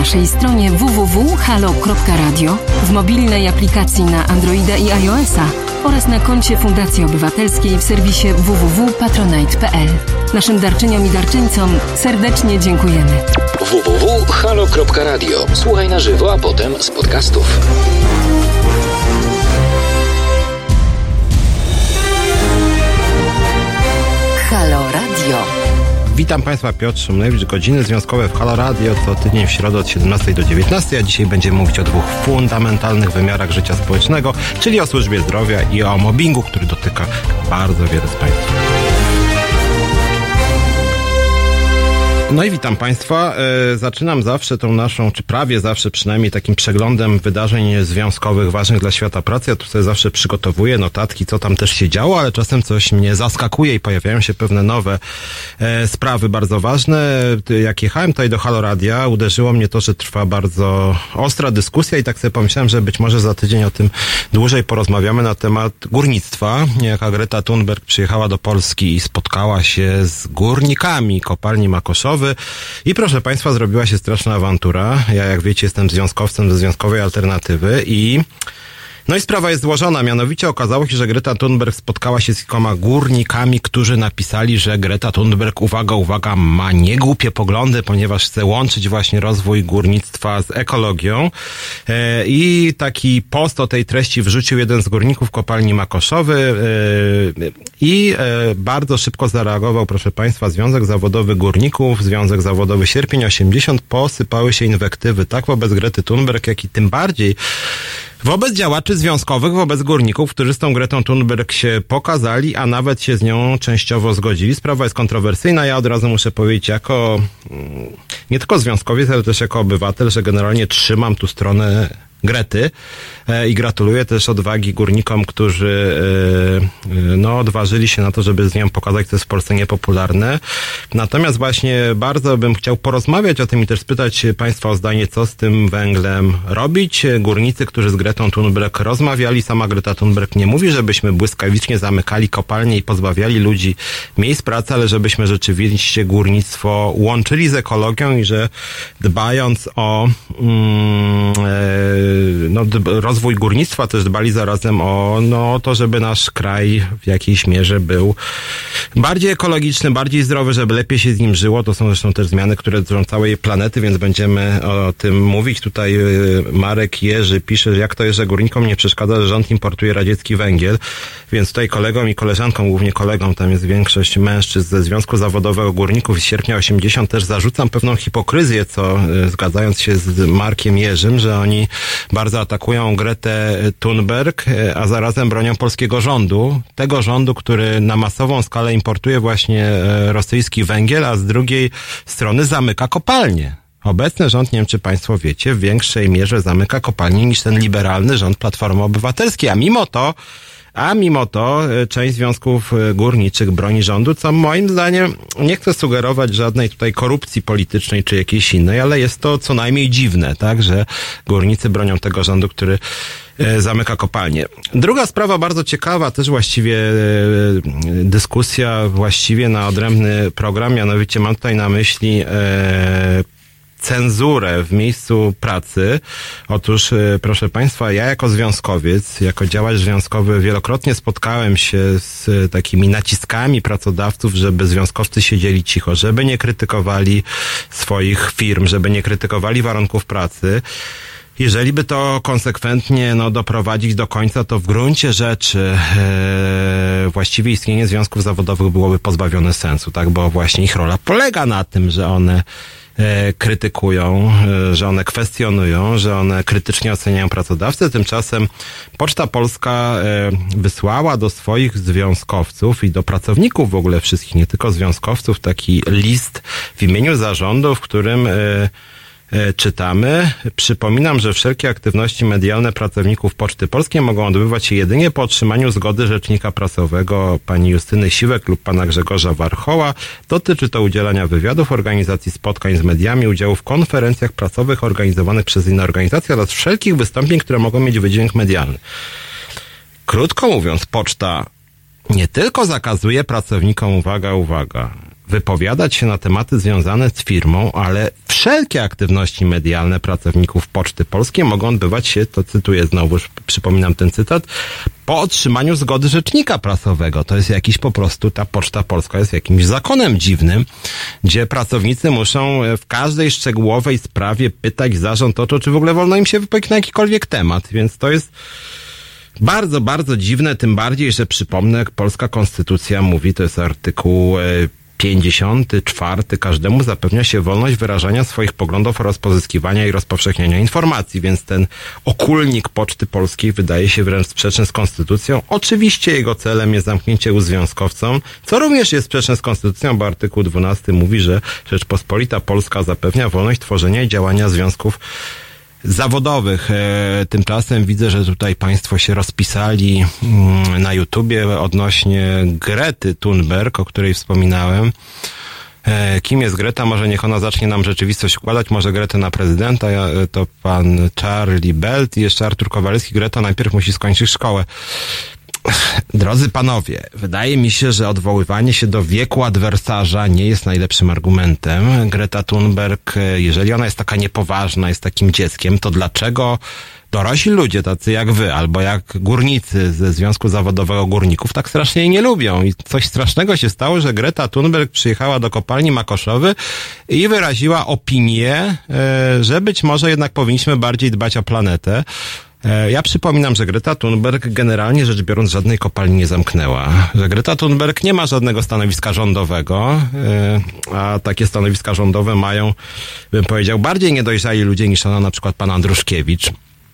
naszej stronie www.halo.radio, w mobilnej aplikacji na Androida i iOS-a oraz na koncie Fundacji Obywatelskiej w serwisie www.patronite.pl. Naszym darczyniom i darczyńcom serdecznie dziękujemy. www.halo.radio. Słuchaj na żywo, a potem z podcastów. Halo Radio. Witam Państwa, Piotr Szumlewicz. Godziny związkowe w Halo Radio co tydzień w środę od 17 do 19, a dzisiaj będziemy mówić o dwóch fundamentalnych wymiarach życia społecznego, czyli o służbie zdrowia i o mobbingu, który dotyka bardzo wiele z Państwa. No i witam Państwa. Zaczynam zawsze tą naszą, czy prawie zawsze przynajmniej, takim przeglądem wydarzeń związkowych ważnych dla świata pracy. Ja tu sobie zawsze przygotowuję notatki, co tam też się działo, ale czasem coś mnie zaskakuje i pojawiają się pewne nowe sprawy bardzo ważne. Jak jechałem tutaj do Halo Radia, uderzyło mnie to, że trwa bardzo ostra dyskusja i tak sobie pomyślałem, że być może za tydzień o tym dłużej porozmawiamy na temat górnictwa. Jaka Greta Thunberg przyjechała do Polski i spotkała się z górnikami kopalni Makoszowej. I proszę Państwa, zrobiła się straszna awantura. Ja, jak wiecie, jestem związkowcem ze Związkowej Alternatywy i sprawa jest złożona. Mianowicie okazało się, że Greta Thunberg spotkała się z kilkoma górnikami, którzy napisali, że Greta Thunberg, uwaga, ma niegłupie poglądy, ponieważ chce łączyć właśnie rozwój górnictwa z ekologią. I taki post o tej treści wrzucił jeden z górników kopalni Makoszowy i bardzo szybko zareagował, proszę Państwa, Związek Zawodowy Górników, Związek Zawodowy Sierpień 80, posypały się inwektywy tak wobec Grety Thunberg, jak i tym bardziej wobec działaczy związkowych, wobec górników, którzy z tą Gretą Thunberg się pokazali, a nawet się z nią częściowo zgodzili. Sprawa jest kontrowersyjna. Ja od razu muszę powiedzieć, jako nie tylko związkowiec, ale też jako obywatel, że generalnie trzymam tu stronę Grety i gratuluję też odwagi górnikom, którzy odważyli się na to, żeby z nią pokazać, co jest w Polsce niepopularne. Natomiast właśnie bardzo bym chciał porozmawiać o tym i też spytać Państwa o zdanie, co z tym węglem robić. Górnicy, którzy z Gretą Thunberg rozmawiali, sama Greta Thunberg nie mówi, żebyśmy błyskawicznie zamykali kopalnie i pozbawiali ludzi miejsc pracy, ale żebyśmy rzeczywiście górnictwo łączyli z ekologią i że dbając o rozwój górnictwa, też dbali zarazem o to, żeby nasz kraj w jakiejś mierze był bardziej ekologiczny, bardziej zdrowy, żeby lepiej się z nim żyło. To są zresztą też zmiany, które dotyczą całej planety, więc będziemy o tym mówić. Tutaj Marek Jerzy pisze, jak to jest, że górnikom nie przeszkadza, że rząd importuje radziecki węgiel, więc tutaj kolegom i koleżankom, głównie kolegom, tam jest większość mężczyzn ze Związku Zawodowego Górników z sierpnia 80, też zarzucam pewną hipokryzję, zgadzając się z Markiem Jerzym, że oni bardzo atakują Gretę Thunberg, a zarazem bronią polskiego rządu. Tego rządu, który na masową skalę importuje właśnie rosyjski węgiel, a z drugiej strony zamyka kopalnie. Obecny rząd, nie wiem czy Państwo wiecie, w większej mierze zamyka kopalnie niż ten liberalny rząd Platformy Obywatelskiej, a mimo to część związków górniczych broni rządu, co moim zdaniem, nie chcę sugerować żadnej tutaj korupcji politycznej czy jakiejś innej, ale jest to co najmniej dziwne, tak, że górnicy bronią tego rządu, który zamyka kopalnie. Druga sprawa bardzo ciekawa, też właściwie dyskusja właściwie na odrębny program, mianowicie mam tutaj na myśli cenzurę w miejscu pracy. Otóż, proszę Państwa, ja jako związkowiec, jako działacz związkowy wielokrotnie spotkałem się z takimi naciskami pracodawców, żeby związkowcy siedzieli cicho, żeby nie krytykowali swoich firm, żeby nie krytykowali warunków pracy. Jeżeli by to konsekwentnie doprowadzić do końca, to w gruncie rzeczy właściwie istnienie związków zawodowych byłoby pozbawione sensu, tak? Bo właśnie ich rola polega na tym, że one krytykują, że one kwestionują, że one krytycznie oceniają pracodawcę. Tymczasem Poczta Polska wysłała do swoich związkowców i do pracowników w ogóle wszystkich, nie tylko związkowców, taki list w imieniu zarządu, w którym czytamy: przypominam, że wszelkie aktywności medialne pracowników Poczty Polskiej mogą odbywać się jedynie po otrzymaniu zgody rzecznika prasowego pani Justyny Siwek lub pana Grzegorza Warchoła. Dotyczy to udzielania wywiadów, organizacji spotkań z mediami, udziału w konferencjach prasowych organizowanych przez inne organizacje oraz wszelkich wystąpień, które mogą mieć wydźwięk medialny. Krótko mówiąc, Poczta nie tylko zakazuje pracownikom, uwaga, wypowiadać się na tematy związane z firmą, ale wszelkie aktywności medialne pracowników Poczty Polskiej mogą odbywać się, to cytuję znowu, przypominam ten cytat, po otrzymaniu zgody rzecznika prasowego. To jest jakiś po prostu, ta Poczta Polska jest jakimś zakonem dziwnym, gdzie pracownicy muszą w każdej szczegółowej sprawie pytać zarząd o to, czy w ogóle wolno im się wypowiedzieć na jakikolwiek temat. Więc to jest bardzo, bardzo dziwne, tym bardziej, że przypomnę, polska konstytucja mówi, to jest artykuł 54. Każdemu zapewnia się wolność wyrażania swoich poglądów oraz pozyskiwania i rozpowszechniania informacji, więc ten okulnik Poczty Polskiej wydaje się wręcz sprzeczny z konstytucją. Oczywiście jego celem jest zamknięcie związkowcom, co również jest sprzeczne z konstytucją, bo artykuł 12 mówi, że Rzeczpospolita Polska zapewnia wolność tworzenia i działania związków zawodowych. Tymczasem widzę, że tutaj państwo się rozpisali na YouTubie odnośnie Grety Thunberg, o której wspominałem. Kim jest Greta? Może niech ona zacznie nam rzeczywistość układać, może Gretę na prezydenta, to pan Charlie Belt i jeszcze Artur Kowalewski. Greta najpierw musi skończyć szkołę. Drodzy panowie, wydaje mi się, że odwoływanie się do wieku adwersarza nie jest najlepszym argumentem. Greta Thunberg, jeżeli ona jest taka niepoważna, jest takim dzieckiem, to dlaczego dorośli ludzie, tacy jak wy, albo jak górnicy ze Związku Zawodowego Górników, tak strasznie jej nie lubią? I coś strasznego się stało, że Greta Thunberg przyjechała do kopalni Makoszowy i wyraziła opinię, że być może jednak powinniśmy bardziej dbać o planetę. Ja przypominam, że Greta Thunberg generalnie rzecz biorąc żadnej kopalni nie zamknęła. Że Greta Thunberg nie ma żadnego stanowiska rządowego, a takie stanowiska rządowe mają, bym powiedział, bardziej niedojrzali ludzie niż ona, na przykład pan Andruszkiewicz.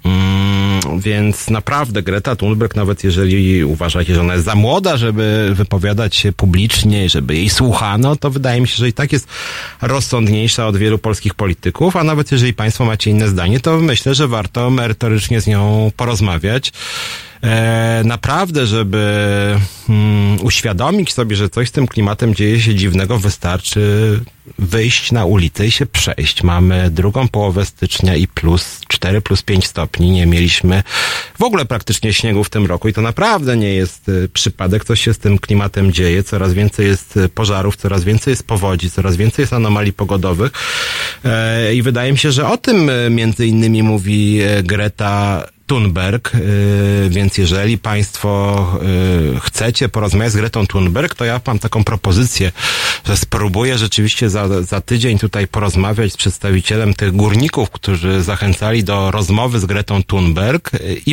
Więc naprawdę Greta Thunberg, nawet jeżeli uważacie, że ona jest za młoda, żeby wypowiadać się publicznie, żeby jej słuchano, to wydaje mi się, że i tak jest rozsądniejsza od wielu polskich polityków, a nawet jeżeli państwo macie inne zdanie, to myślę, że warto merytorycznie z nią porozmawiać. Naprawdę, żeby uświadomić sobie, że coś z tym klimatem dzieje się dziwnego, wystarczy wyjść na ulicę i się przejść. Mamy drugą połowę stycznia i plus 4, plus 5 stopni. Nie mieliśmy w ogóle praktycznie śniegu w tym roku i to naprawdę nie jest przypadek. Coś się z tym klimatem dzieje. Coraz więcej jest pożarów, coraz więcej jest powodzi, coraz więcej jest anomalii pogodowych. I wydaje mi się, że o tym między innymi mówi Greta Thunberg, więc jeżeli państwo chcecie porozmawiać z Gretą Thunberg, to ja mam taką propozycję, że spróbuję rzeczywiście za tydzień tutaj porozmawiać z przedstawicielem tych górników, którzy zachęcali do rozmowy z Gretą Thunberg i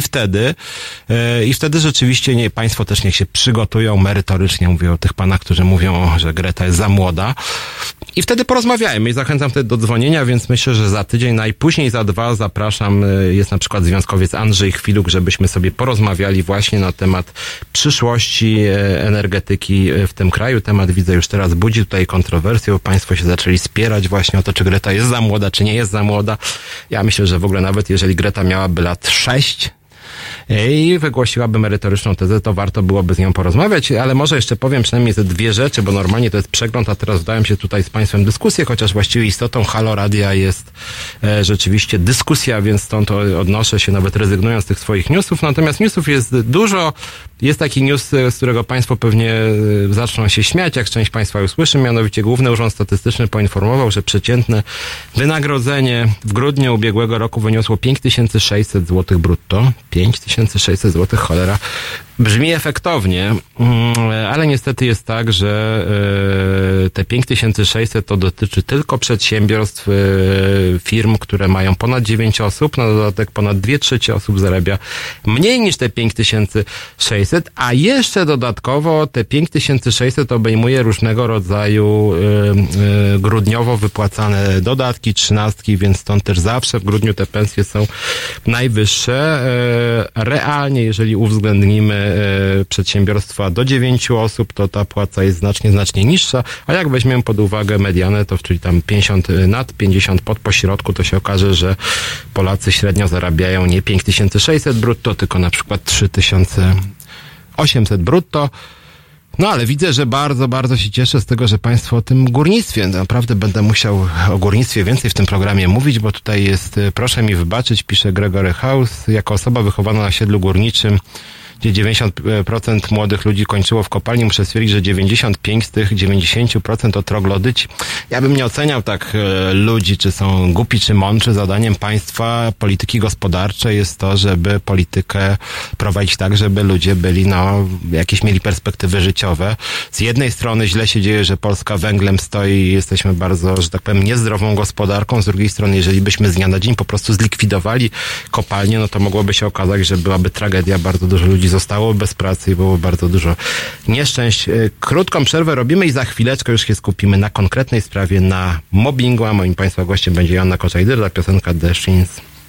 wtedy rzeczywiście państwo też niech się przygotują merytorycznie, mówię o tych panach, którzy mówią, że Greta jest za młoda i wtedy porozmawiajmy i zachęcam wtedy do dzwonienia, więc myślę, że za tydzień, najpóźniej za 2 zapraszam, jest na przykład związkowiec Andrzej Chwiluk, żebyśmy sobie porozmawiali właśnie na temat przyszłości energetyki w tym kraju. Temat, widzę, już teraz budzi tutaj kontrowersję, bo państwo się zaczęli spierać właśnie o to, czy Greta jest za młoda, czy nie jest za młoda. Ja myślę, że w ogóle nawet jeżeli Greta miałaby lat 6 i wygłosiłaby merytoryczną tezę, to warto byłoby z nią porozmawiać, ale może jeszcze powiem przynajmniej te 2 rzeczy, bo normalnie to jest przegląd, a teraz wdałem się tutaj z państwem w dyskusję, chociaż właściwie istotą Halo Radia jest rzeczywiście dyskusja, więc stąd odnoszę się, nawet rezygnując z tych swoich newsów. Natomiast newsów jest dużo. Jest taki news, z którego państwo pewnie zaczną się śmiać, jak część państwa już słyszy, mianowicie Główny Urząd Statystyczny poinformował, że przeciętne wynagrodzenie w grudniu ubiegłego roku wyniosło 5600 zł brutto. 5600 zł, cholera. Brzmi efektownie, ale niestety jest tak, że te 5600 to dotyczy tylko przedsiębiorstw, firm, które mają ponad 9 osób, na dodatek ponad 2/3 osób zarabia mniej niż te 5600, a jeszcze dodatkowo te 5600 obejmuje różnego rodzaju grudniowo wypłacane dodatki, 13, więc stąd też zawsze w grudniu te pensje są najwyższe. Realnie, jeżeli uwzględnimy przedsiębiorstwa do 9 osób, to ta płaca jest znacznie niższa, a jak weźmiemy pod uwagę medianę, to czyli tam 50 nad, 50 pod, pośrodku, to się okaże, że Polacy średnio zarabiają nie 5600 brutto, tylko na przykład 3800 brutto. No ale widzę, że bardzo, bardzo się cieszę z tego, że państwo o tym górnictwie, naprawdę będę musiał o górnictwie więcej w tym programie mówić, bo tutaj jest, proszę mi wybaczyć, pisze Gregory House, jako osoba wychowana na osiedlu górniczym, gdzie 90% młodych ludzi kończyło w kopalni. Muszę stwierdzić, że 95 z tych 90% to troglodyci. Ja bym nie oceniał tak ludzi, czy są głupi, czy mądrzy. Zadaniem państwa, polityki gospodarczej jest to, żeby politykę prowadzić tak, żeby ludzie byli, jakieś mieli perspektywy życiowe. Z jednej strony źle się dzieje, że Polska węglem stoi, jesteśmy bardzo, że tak powiem, niezdrową gospodarką. Z drugiej strony, jeżeli byśmy z dnia na dzień po prostu zlikwidowali kopalnię, no to mogłoby się okazać, że byłaby tragedia. Bardzo dużo ludzi zostało bez pracy i było bardzo dużo nieszczęść. Krótką przerwę robimy i za chwileczkę już się skupimy na konkretnej sprawie, na mobbingu, a moim państwa gościem będzie Joanna Koczaj-Dyrda, piosenka The Shins.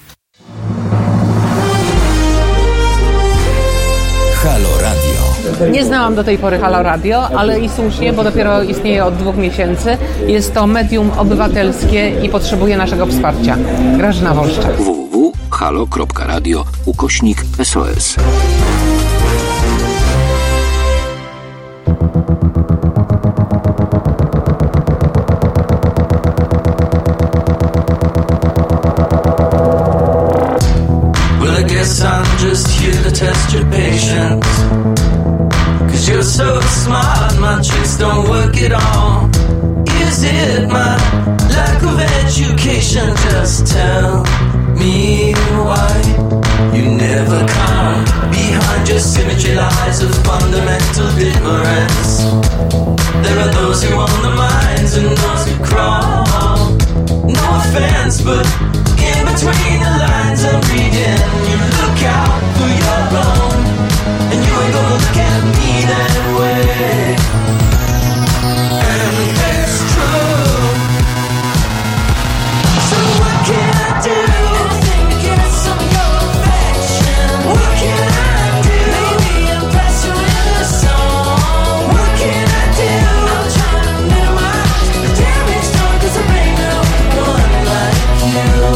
Halo Radio. Nie znałam do tej pory Halo Radio, ale i słusznie, bo dopiero istnieje od 2 miesięcy. Jest to medium obywatelskie i potrzebuje naszego wsparcia. Grażyna Wolszczak. www.halo.radio/SOS. I'm just here to test your patience, 'cause you're so smart, my tricks don't work at all. Is it my lack of education? Just tell me why you never come behind your symmetry lies of fundamental difference. There are those who own the minds and those who crawl. No offense, but in between the lines I'm reading, you look out for your own, and you ain't gonna look at me that way. And it's true. So what can I do? Anything to get some of your affection. What can I do? Maybe impress you in a song. What can I do? I'm trying to minimize the damage done, 'cause there ain't no one like you.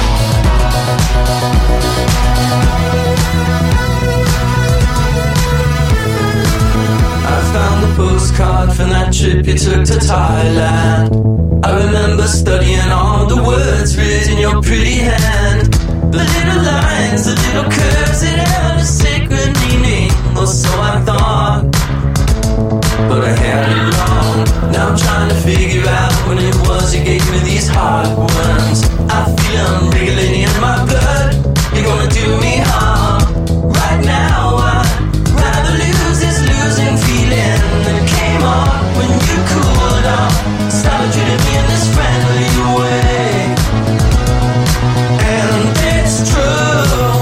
Postcard from that trip you took to Thailand. I remember studying all the words written in your pretty hand. The little lines, the little curves that held a sacred meaning, or so I thought, but I had it wrong. Now I'm trying to figure out when it was you gave me these heartworms. I feel them regulating in my blood. You're gonna do me harm. Right now I'd rather lose this losing feeling that came on when you cooled off. Started treating me in this friendly way, and it's true.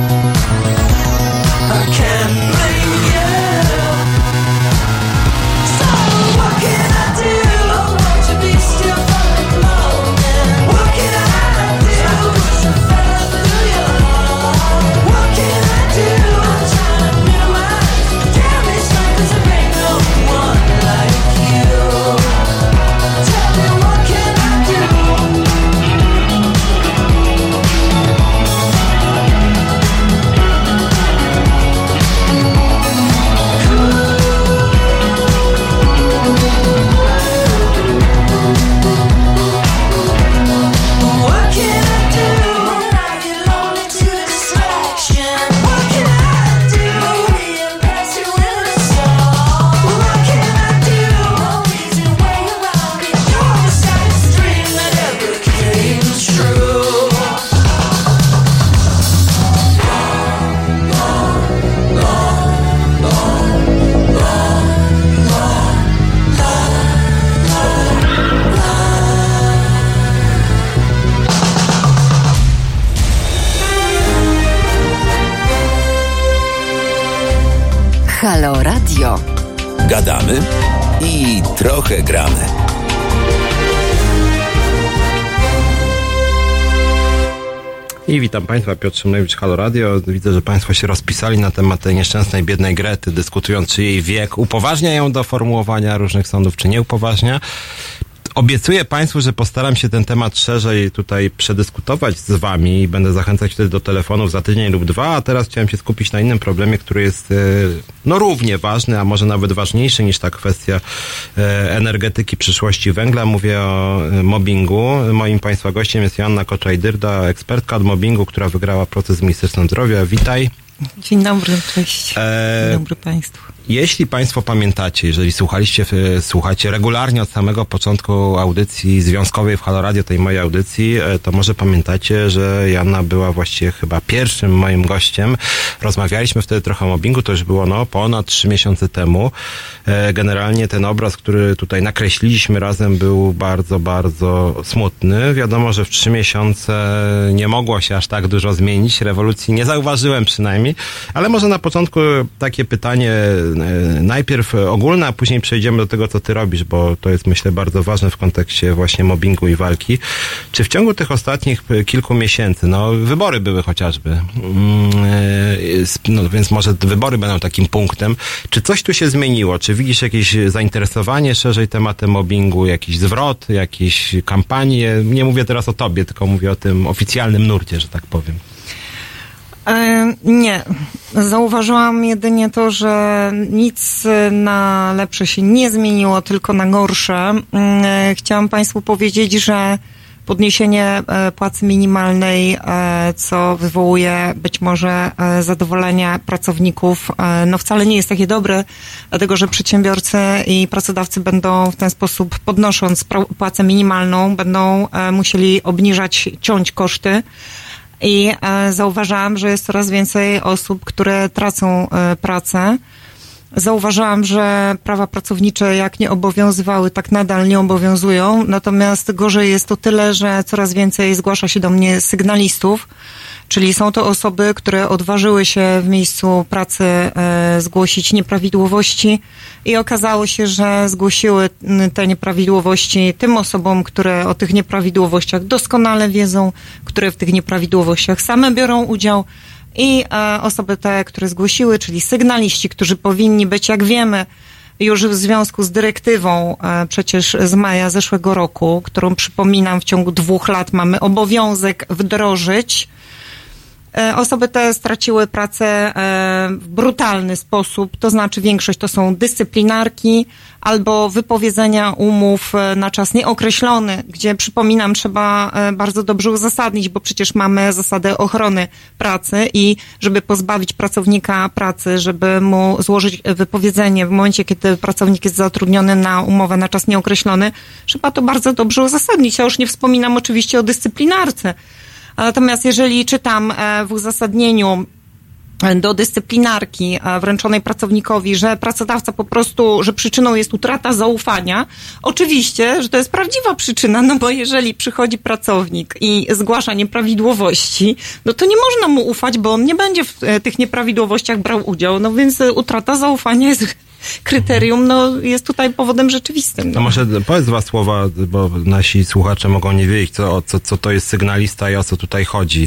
I can't blame you. So what can I do? Oh, won't you be still for the moment? What can I do? I wish I fell through your heart. What can I do? I'm trying to minimize the damage done, 'cause there ain't no one like you. Tell me, what can I do? What can I do when I get lonely to distraction? What can I do? Maybe impress you in a song. What can I do? Always in way around me. You're the saddest dream that ever came true. Halo Radio. Gadamy i trochę gramy. I witam Państwa, Piotr Szymlewicz, Halo Radio. Widzę, że Państwo się rozpisali na temat tej nieszczęsnej, biednej Grety, dyskutując, czy jej wiek upoważnia ją do formułowania różnych sądów, czy nie upoważnia. Obiecuję Państwu, że postaram się ten temat szerzej tutaj przedyskutować z Wami i będę zachęcać wtedy do telefonów za tydzień lub 2, a teraz chciałem się skupić na innym problemie, który jest równie ważny, a może nawet ważniejszy niż ta kwestia energetyki przyszłości węgla. Mówię o mobbingu. Moim Państwa gościem jest Joanna Koczaj-Dyrda, ekspertka od mobbingu, która wygrała proces z Ministerstwem Zdrowia. Witaj. Dzień dobry, cześć. Dzień dobry Państwu. Jeśli Państwo pamiętacie, jeżeli słuchacie regularnie od samego początku audycji związkowej w Halo Radio, tej mojej audycji, to może pamiętacie, że Joanna była właściwie chyba pierwszym moim gościem. Rozmawialiśmy wtedy trochę o mobbingu, to już było ponad 3 miesiące temu. Generalnie ten obraz, który tutaj nakreśliliśmy razem, był bardzo, bardzo smutny. Wiadomo, że w 3 miesiące nie mogło się aż tak dużo zmienić. Rewolucji nie zauważyłem przynajmniej, ale może na początku takie pytanie najpierw ogólne, a później przejdziemy do tego, co ty robisz, bo to jest, myślę, bardzo ważne w kontekście właśnie mobbingu i walki. Czy w ciągu tych ostatnich kilku miesięcy, wybory były chociażby, więc może wybory będą takim punktem, czy coś tu się zmieniło? Czy widzisz jakieś zainteresowanie szerzej tematem mobbingu, jakiś zwrot, jakieś kampanie? Nie mówię teraz o tobie, tylko mówię o tym oficjalnym nurcie, że tak powiem. Nie. Zauważyłam jedynie to, że nic na lepsze się nie zmieniło, tylko na gorsze. Chciałam Państwu powiedzieć, że podniesienie płacy minimalnej, co wywołuje być może zadowolenie pracowników, wcale nie jest takie dobre, dlatego że przedsiębiorcy i pracodawcy będą w ten sposób, podnosząc płacę minimalną, będą musieli ciąć koszty. I zauważałam, że jest coraz więcej osób, które tracą pracę. Zauważałam, że prawa pracownicze jak nie obowiązywały, tak nadal nie obowiązują. Natomiast gorzej jest to tyle, że coraz więcej zgłasza się do mnie sygnalistów, czyli są to osoby, które odważyły się w miejscu pracy zgłosić nieprawidłowości i okazało się, że zgłosiły te nieprawidłowości tym osobom, które o tych nieprawidłowościach doskonale wiedzą, które w tych nieprawidłowościach same biorą udział i osoby te, które zgłosiły, czyli sygnaliści, którzy powinni być, jak wiemy, już w związku z dyrektywą przecież z maja zeszłego roku, którą przypominam w ciągu 2 lat mamy obowiązek wdrożyć. Osoby te straciły pracę w brutalny sposób, to znaczy większość to są dyscyplinarki albo wypowiedzenia umów na czas nieokreślony, gdzie przypominam trzeba bardzo dobrze uzasadnić, bo przecież mamy zasadę ochrony pracy i żeby pozbawić pracownika pracy, żeby mu złożyć wypowiedzenie w momencie, kiedy pracownik jest zatrudniony na umowę na czas nieokreślony, trzeba to bardzo dobrze uzasadnić. Ja już nie wspominam oczywiście o dyscyplinarce. Natomiast jeżeli czytam w uzasadnieniu do dyscyplinarki wręczonej pracownikowi, że pracodawca po prostu, że przyczyną jest utrata zaufania, oczywiście, że to jest prawdziwa przyczyna, bo jeżeli przychodzi pracownik i zgłasza nieprawidłowości, to nie można mu ufać, bo on nie będzie w tych nieprawidłowościach brał udział, więc utrata zaufania jest kryterium, jest tutaj powodem rzeczywistym. No może powiedz 2 słowa, bo nasi słuchacze mogą nie wiedzieć, co to jest sygnalista i o co tutaj chodzi.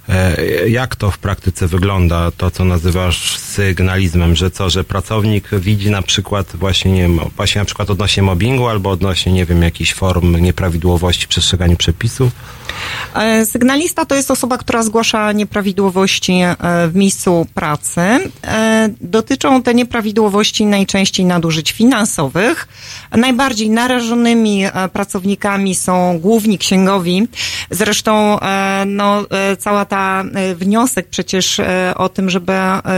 Jak to w praktyce wygląda, to co nazywasz sygnalizmem, że pracownik widzi na przykład właśnie na przykład odnośnie mobbingu albo odnośnie, jakichś form nieprawidłowości w przestrzeganiu przepisów? Sygnalista to jest osoba, która zgłasza nieprawidłowości w miejscu pracy. Dotyczą te nieprawidłowości najczęściej nadużyć finansowych. Najbardziej narażonymi pracownikami są główni księgowi. Zresztą cała ta wniosek przecież o tym, żeby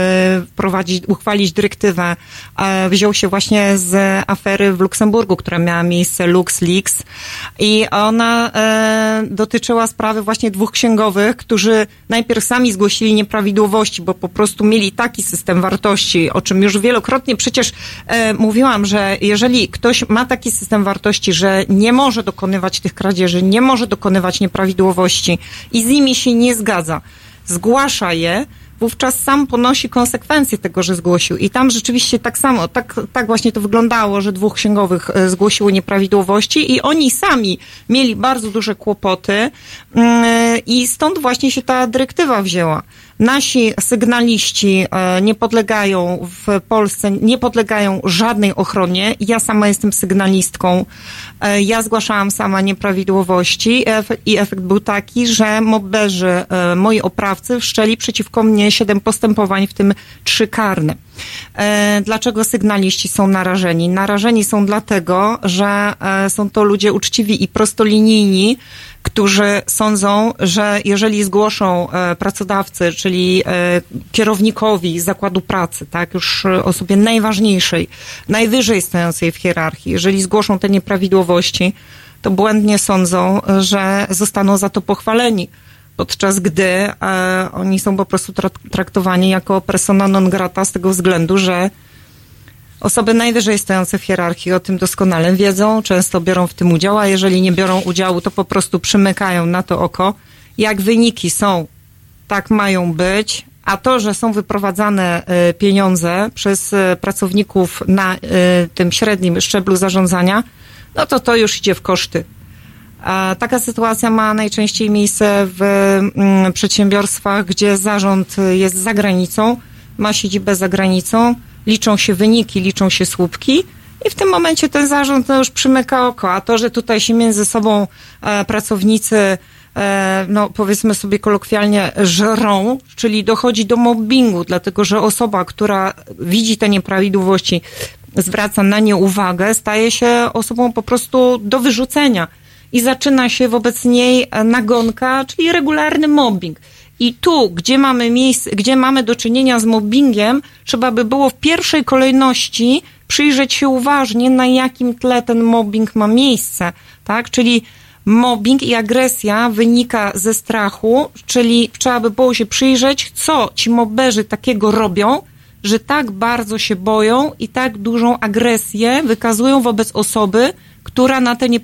uchwalić dyrektywę, wziął się właśnie z afery w Luksemburgu, która miała miejsce LuxLeaks i ona dotyczyła sprawy właśnie 2 księgowych, którzy najpierw sami zgłosili nieprawidłowości, bo po prostu mieli taki system wartości, o czym już wielokrotnie przecież mówiłam, że jeżeli ktoś ma taki system wartości, że nie może dokonywać tych kradzieży, nie może dokonywać nieprawidłowości i z nimi się nie zgadza, zgłasza je, wówczas sam ponosi konsekwencje tego, że zgłosił. I tam rzeczywiście tak samo, tak właśnie to wyglądało, że 2 księgowych zgłosiło nieprawidłowości i oni sami mieli bardzo duże kłopoty i stąd właśnie się ta dyrektywa wzięła. Nasi sygnaliści nie podlegają w Polsce, nie podlegają żadnej ochronie. Ja sama jestem sygnalistką. Ja zgłaszałam sama nieprawidłowości i efekt był taki, że mobberzy, moi oprawcy, wszczęli przeciwko mnie 7 postępowań, w tym 3 karne. Dlaczego sygnaliści są narażeni? Narażeni są dlatego, że są to ludzie uczciwi i prostolinijni, którzy sądzą, że jeżeli zgłoszą pracodawcy, czyli kierownikowi zakładu pracy, tak, już osobie najważniejszej, najwyżej stojącej w hierarchii, jeżeli zgłoszą te nieprawidłowości, to błędnie sądzą, że zostaną za to pochwaleni, podczas gdy oni są po prostu traktowani jako persona non grata z tego względu, że osoby najwyżej stojące w hierarchii o tym doskonale wiedzą, często biorą w tym udział, a jeżeli nie biorą udziału, to po prostu przymykają na to oko. Jak wyniki są, tak mają być, a to, że są wyprowadzane pieniądze przez pracowników na tym średnim szczeblu zarządzania, no to już idzie w koszty. Taka sytuacja ma najczęściej miejsce w przedsiębiorstwach, gdzie zarząd jest za granicą, ma siedzibę za granicą, liczą się wyniki, liczą się słupki i w tym momencie ten zarząd już przymyka oko, a to, że tutaj się między sobą pracownicy, no powiedzmy sobie kolokwialnie, żrą, czyli dochodzi do mobbingu, dlatego że osoba, która widzi te nieprawidłowości, zwraca na nie uwagę, staje się osobą po prostu do wyrzucenia i zaczyna się wobec niej nagonka, czyli regularny mobbing. I tu, gdzie mamy do czynienia z mobbingiem, trzeba by było w pierwszej kolejności przyjrzeć się uważnie, na jakim tle ten mobbing ma miejsce, tak? Czyli mobbing i agresja wynika ze strachu, czyli trzeba by było się przyjrzeć, co ci mobberzy takiego robią, że tak bardzo się boją i tak dużą agresję wykazują wobec osoby, która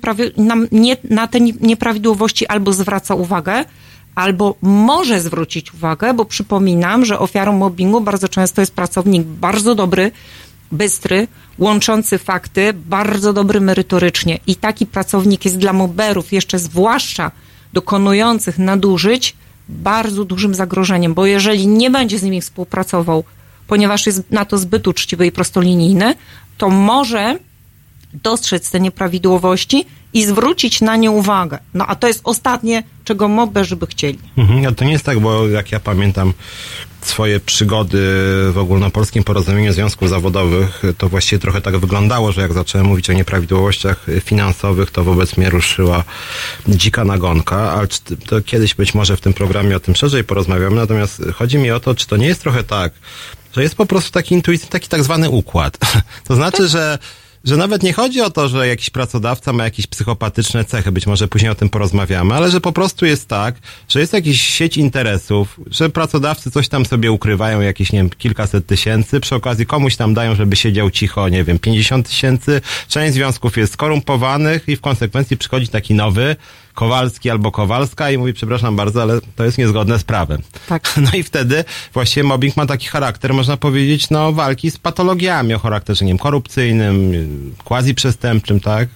na te nieprawidłowości albo zwraca uwagę, albo może zwrócić uwagę, bo przypominam, że ofiarą mobbingu bardzo często jest pracownik bardzo dobry, bystry, łączący fakty, bardzo dobry merytorycznie. I taki pracownik jest dla mobberów, jeszcze zwłaszcza dokonujących nadużyć, bardzo dużym zagrożeniem, bo jeżeli nie będzie z nimi współpracował, ponieważ jest na to zbyt uczciwy i prostolinijny, to może dostrzec te nieprawidłowości i zwrócić na nie uwagę. No a to jest ostatnie, czego mobberzy by chcieli. A to nie jest tak, bo jak ja pamiętam swoje przygody w ogólnopolskim porozumieniu związków zawodowych, to właściwie trochę tak wyglądało, że jak zacząłem mówić o nieprawidłowościach finansowych, to wobec mnie ruszyła dzika nagonka, ale to kiedyś być może w tym programie o tym szerzej porozmawiamy, natomiast chodzi mi o to, czy to nie jest trochę tak, że jest po prostu taki intuicyjny, taki tak zwany układ. To znaczy, że nawet nie chodzi o to, że jakiś pracodawca ma jakieś psychopatyczne cechy, być może później o tym porozmawiamy, ale że po prostu jest tak, że jest jakaś sieć interesów, że pracodawcy coś tam sobie ukrywają, jakieś, nie wiem, kilkaset tysięcy, przy okazji komuś tam dają, żeby siedział cicho, nie wiem, 50 000, część związków jest skorumpowanych i w konsekwencji przychodzi taki nowy, Kowalski albo Kowalska i mówi, przepraszam bardzo, ale to jest niezgodne z prawem. Tak. No i wtedy właściwie mobbing ma taki charakter, można powiedzieć, no walki z patologiami o charakterze, nie wiem, korupcyjnym, quasi-przestępczym, tak?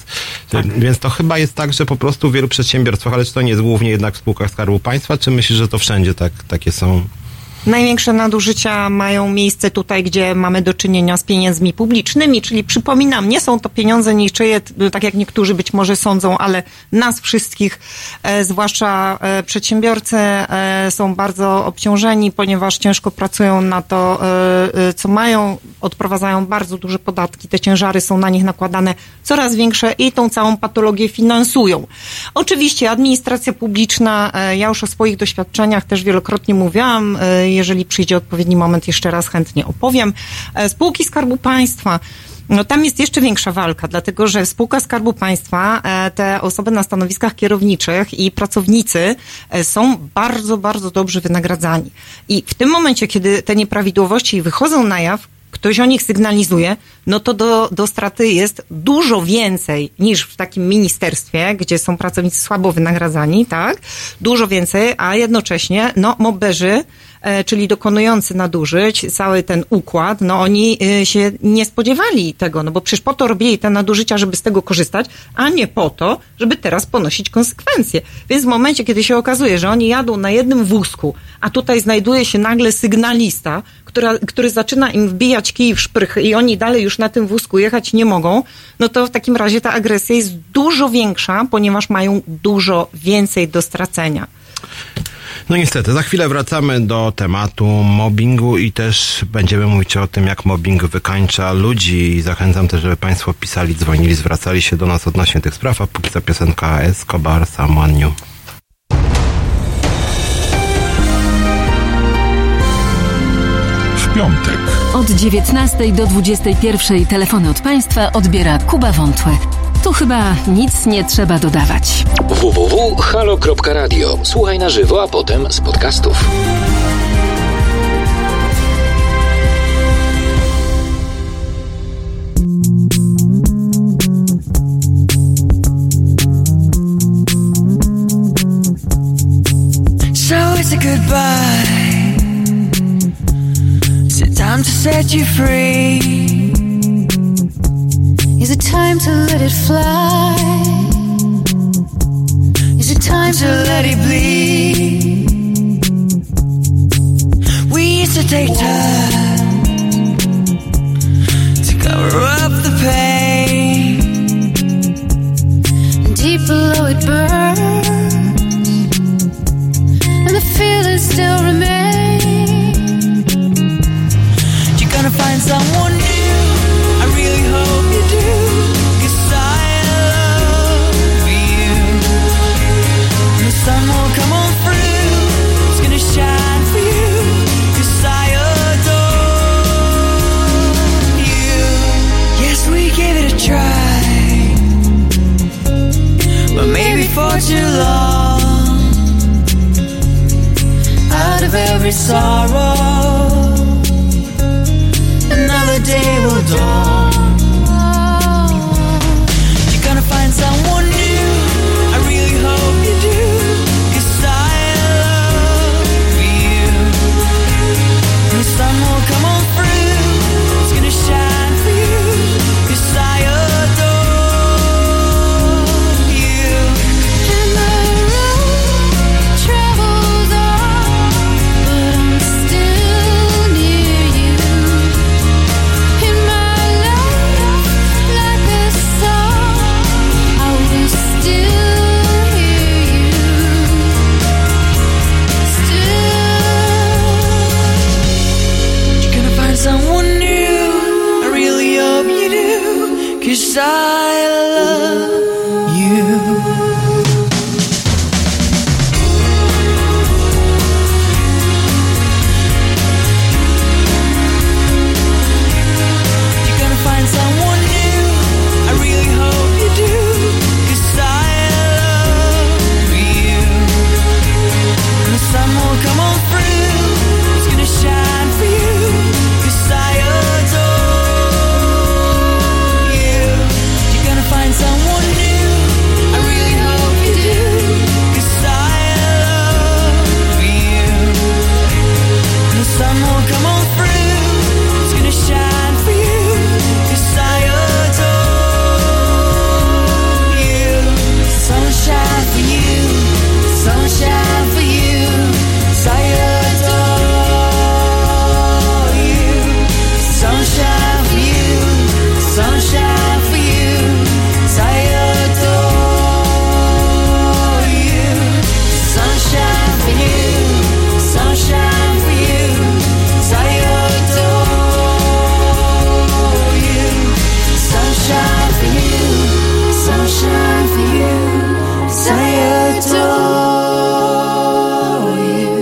Więc to chyba jest tak, że po prostu w wielu przedsiębiorstwach, ale czy to nie jest głównie jednak w spółkach Skarbu Państwa, czy myślisz, że to wszędzie takie są? Największe nadużycia mają miejsce tutaj, gdzie mamy do czynienia z pieniędzmi publicznymi, czyli przypominam, nie są to pieniądze niczyje, tak jak niektórzy być może sądzą, ale nas wszystkich, zwłaszcza przedsiębiorcy, są bardzo obciążeni, ponieważ ciężko pracują na to, co mają, odprowadzają bardzo duże podatki, te ciężary są na nich nakładane coraz większe i tą całą patologię finansują. Oczywiście administracja publiczna, ja już o swoich doświadczeniach też wielokrotnie mówiłam, jeżeli przyjdzie odpowiedni moment, jeszcze raz chętnie opowiem. Spółki Skarbu Państwa, no tam jest jeszcze większa walka, dlatego że spółka Skarbu Państwa, te osoby na stanowiskach kierowniczych i pracownicy są bardzo, bardzo dobrze wynagradzani. I w tym momencie, kiedy te nieprawidłowości wychodzą na jaw, ktoś o nich sygnalizuje, no to do straty jest dużo więcej niż w takim ministerstwie, gdzie są pracownicy słabo wynagradzani, tak? Dużo więcej, a jednocześnie, no, mobberzy, czyli dokonujący nadużyć, cały ten układ, no oni się nie spodziewali tego, no bo przecież po to robili te nadużycia, żeby z tego korzystać, a nie po to, żeby teraz ponosić konsekwencje. Więc w momencie, kiedy się okazuje, że oni jadą na jednym wózku, a tutaj znajduje się nagle sygnalista, który zaczyna im wbijać kij w szprychy i oni dalej już na tym wózku jechać nie mogą, no to w takim razie ta agresja jest dużo większa, ponieważ mają dużo więcej do stracenia. No niestety, za chwilę wracamy do tematu mobbingu i też będziemy mówić o tym, jak mobbing wykańcza ludzi. I zachęcam też, żeby Państwo pisali, dzwonili, zwracali się do nas odnośnie tych spraw, a póki co piosenka Escobar, Someone New. W piątek od 19 do 21 telefony od Państwa odbiera Kuba Wątłe. Tu chyba nic nie trzeba dodawać. www.halo.radio. Słuchaj na żywo, a potem z podcastów. So it's a goodbye. Is it time to set you free? Is it time to let it fly? Is it time to let it bleed? We used to take time to cover up the pain. Deep below it burns, and the feelings still remain. You're gonna find someone new, I really hope you do, 'cause I love you. And the sun will come on through, it's gonna shine for you, 'cause I adore you. Yes, we gave it a try, but maybe for too long. Out of every sorrow, another day will dawn. You're gonna find someone new, I really hope you do, 'cause I love you. And the sun will come on through, it's gonna shine for you, 'cause I adore you. And the road travels on, but I'm still near you. In my life, like a song, I will still hear you. Still. You're gonna find someone new, I really hope you do, 'cause I love you. You're gonna find someone new, I really hope you do, 'cause I love you. And the sun will come on through, it's gonna shine for you, 'cause I adore you. You're gonna find someone new, I really hope you do, 'cause I love you. And the sun will come on through, it's gonna shine for you, 'cause I adore you. Sunshine for you, sunshine for you, 'cause I adore you. Sunshine for you, sunshine for you, 'cause I adore you. Sunshine for you, sunshine for you, 'cause I adore you. Sunshine for you, sunshine for you, 'cause I adore you.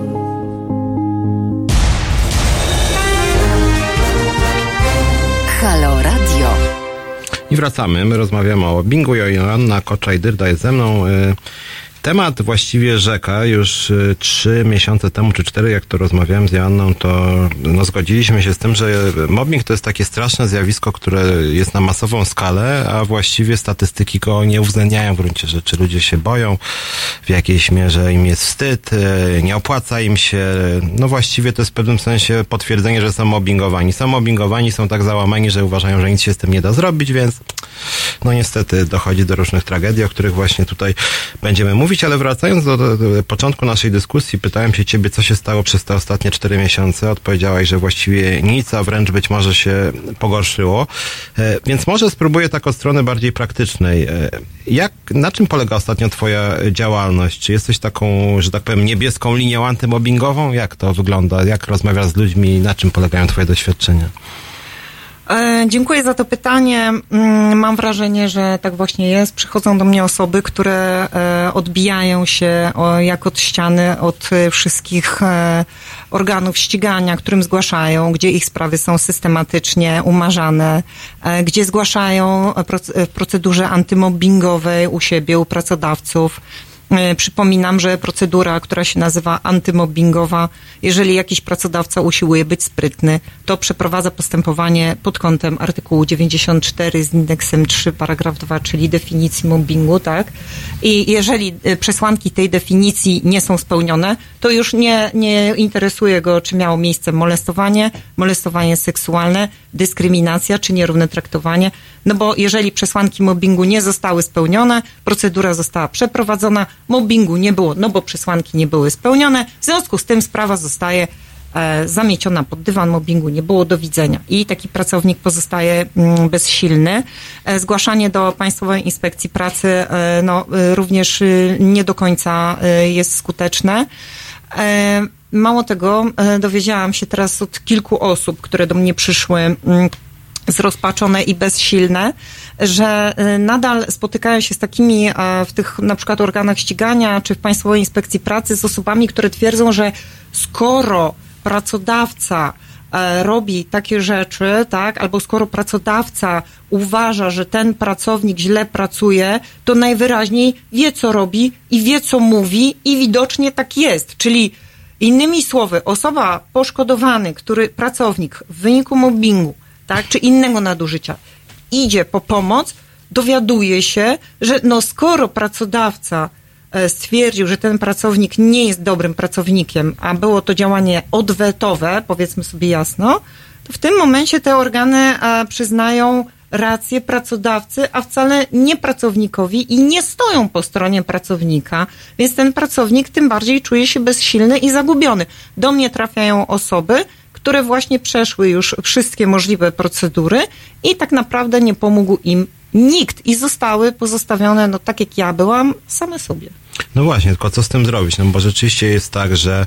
Halo Radio. I wracamy. My rozmawiamy o mobbingu. Joanna Koczaj-Dyrda jest ze mną. Temat właściwie rzeka. Już 3 miesiące temu, czy 4, jak to rozmawiałem z Joanną, to zgodziliśmy się z tym, że mobbing to jest takie straszne zjawisko, które jest na masową skalę, a właściwie statystyki go nie uwzględniają w gruncie rzeczy. Ludzie się boją, w jakiejś mierze im jest wstyd, nie opłaca im się. No właściwie to jest w pewnym sensie potwierdzenie, że są mobbingowani. Są mobbingowani, są tak załamani, że uważają, że nic się z tym nie da zrobić, więc no niestety dochodzi do różnych tragedii, o których właśnie tutaj będziemy mówić. mówić, ale wracając do początku naszej dyskusji, pytałem się ciebie, co się stało przez te ostatnie 4 miesiące. Odpowiedziałaś, że właściwie nic, a wręcz być może się pogorszyło. Więc może spróbuję tak od strony bardziej praktycznej. Na czym polega ostatnio twoja działalność? Czy jesteś taką, że tak powiem, niebieską linią antymobbingową? Jak to wygląda? Jak rozmawiasz z ludźmi? Na czym polegają twoje doświadczenia? Dziękuję za to pytanie. Mam wrażenie, że tak właśnie jest. Przychodzą do mnie osoby, które odbijają się jak od ściany od wszystkich organów ścigania, którym zgłaszają, gdzie ich sprawy są systematycznie umarzane, gdzie zgłaszają w procedurze antymobbingowej u siebie, u pracodawców. Przypominam, że procedura, która się nazywa antymobbingowa, jeżeli jakiś pracodawca usiłuje być sprytny, to przeprowadza postępowanie pod kątem artykułu 94 z indeksem 3, paragraf 2, czyli definicji mobbingu, tak? I jeżeli przesłanki tej definicji nie są spełnione, to już nie interesuje go, czy miało miejsce molestowanie seksualne, dyskryminacja, czy nierówne traktowanie, no bo jeżeli przesłanki mobbingu nie zostały spełnione, procedura została przeprowadzona, mobbingu nie było, no bo przesłanki nie były spełnione, w związku z tym sprawa zostaje zamieciona pod dywan, mobbingu nie było, do widzenia. I taki pracownik pozostaje bezsilny. Zgłaszanie do Państwowej Inspekcji Pracy również nie do końca jest skuteczne. Mało tego, dowiedziałam się teraz od kilku osób, które do mnie przyszły zrozpaczone i bezsilne, że nadal spotykają się z takimi w tych na przykład organach ścigania czy w Państwowej Inspekcji Pracy z osobami, które twierdzą, że skoro pracodawca robi takie rzeczy, tak, albo skoro pracodawca uważa, że ten pracownik źle pracuje, to najwyraźniej wie, co robi i wie, co mówi i widocznie tak jest. Czyli innymi słowy, osoba poszkodowany, pracownik w wyniku mobbingu, tak, czy innego nadużycia, idzie po pomoc, dowiaduje się, że skoro pracodawca stwierdził, że ten pracownik nie jest dobrym pracownikiem, a było to działanie odwetowe, powiedzmy sobie jasno, to w tym momencie te organy przyznają rację pracodawcy, a wcale nie pracownikowi i nie stoją po stronie pracownika, więc ten pracownik tym bardziej czuje się bezsilny i zagubiony. Do mnie trafiają osoby, które właśnie przeszły już wszystkie możliwe procedury i tak naprawdę nie pomógł im nikt i zostały pozostawione, tak jak ja byłam, same sobie. No właśnie, tylko co z tym zrobić? No bo rzeczywiście jest tak, że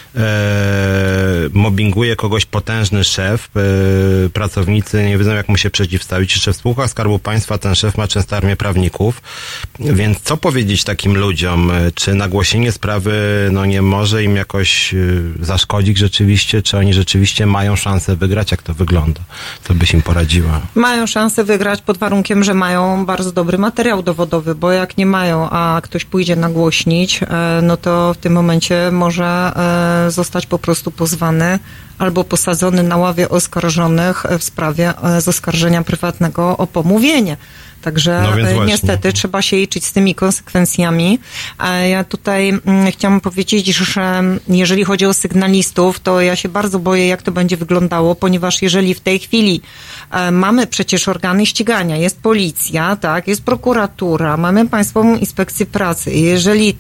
mobbinguje kogoś potężny szef, pracownicy nie wiedzą, jak mu się przeciwstawić. Jeszcze w spółkach Skarbu Państwa ten szef ma często armię prawników, więc co powiedzieć takim ludziom? Czy nagłośnienie sprawy nie może im jakoś zaszkodzić rzeczywiście? Czy oni rzeczywiście mają szansę wygrać? Jak to wygląda? Co byś im poradziła? Mają szansę wygrać pod warunkiem, że mają bardzo dobry materiał dowodowy, bo jak nie mają, a ktoś pójdzie nagłośnić, to w tym momencie może zostać po prostu pozwany albo posadzony na ławie oskarżonych w sprawie z oskarżenia prywatnego o pomówienie. Także niestety trzeba się liczyć z tymi konsekwencjami. Ja tutaj chciałam powiedzieć, że jeżeli chodzi o sygnalistów, to ja się bardzo boję, jak to będzie wyglądało, ponieważ jeżeli w tej chwili mamy przecież organy ścigania, jest policja, tak, jest prokuratura, mamy Państwową Inspekcję Pracy. Jeżeli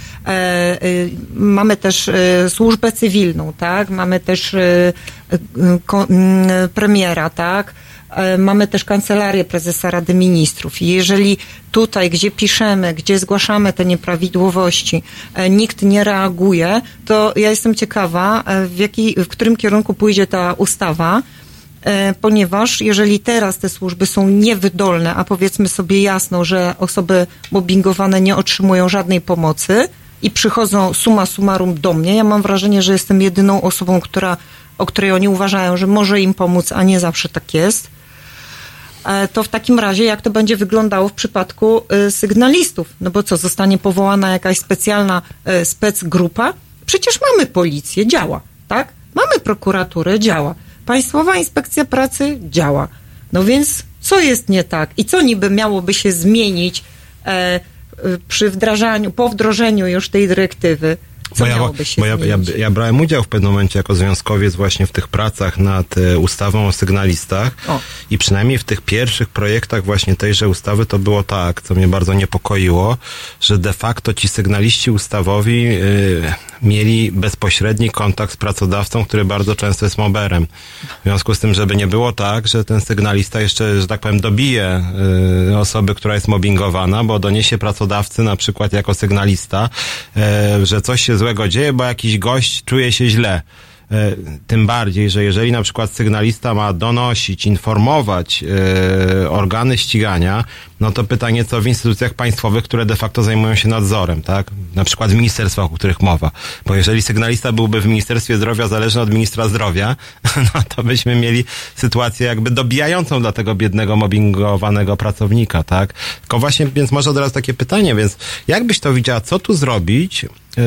mamy też służbę cywilną, tak, mamy też premiera, tak, mamy też Kancelarię Prezesa Rady Ministrów. I jeżeli tutaj, gdzie piszemy, gdzie zgłaszamy te nieprawidłowości, nikt nie reaguje, to ja jestem ciekawa, w którym kierunku pójdzie ta ustawa, ponieważ jeżeli teraz te służby są niewydolne, a powiedzmy sobie jasno, że osoby mobbingowane nie otrzymują żadnej pomocy i przychodzą summa summarum do mnie, ja mam wrażenie, że jestem jedyną osobą, o której oni uważają, że może im pomóc, a nie zawsze tak jest, to w takim razie jak to będzie wyglądało w przypadku sygnalistów? No bo co, zostanie powołana jakaś specjalna specgrupa? Przecież mamy policję, działa, tak? Mamy prokuraturę, działa. Państwowa Inspekcja Pracy działa. No więc co jest nie tak? I co niby miałoby się zmienić przy wdrażaniu, po wdrożeniu już tej dyrektywy? Co miałoby się zmienić? Ja brałem udział w pewnym momencie jako związkowiec właśnie w tych pracach nad ustawą o sygnalistach i przynajmniej w tych pierwszych projektach właśnie tejże ustawy to było tak, co mnie bardzo niepokoiło, że de facto ci sygnaliści ustawowi mieli bezpośredni kontakt z pracodawcą, który bardzo często jest moberem. W związku z tym, żeby nie było tak, że ten sygnalista jeszcze, że tak powiem, dobije osoby, która jest mobbingowana, bo doniesie pracodawcy na przykład jako sygnalista, że coś się złego dzieje, bo jakiś gość czuje się źle. Tym bardziej, że jeżeli na przykład sygnalista ma donosić, informować organy ścigania, no to pytanie, co w instytucjach państwowych, które de facto zajmują się nadzorem, tak? Na przykład w ministerstwach, o których mowa. Bo jeżeli sygnalista byłby w Ministerstwie Zdrowia zależny od ministra zdrowia, no to byśmy mieli sytuację jakby dobijającą dla tego biednego, mobbingowanego pracownika, tak? Tylko właśnie, więc może od razu takie pytanie, więc jak byś to widziała, co tu zrobić?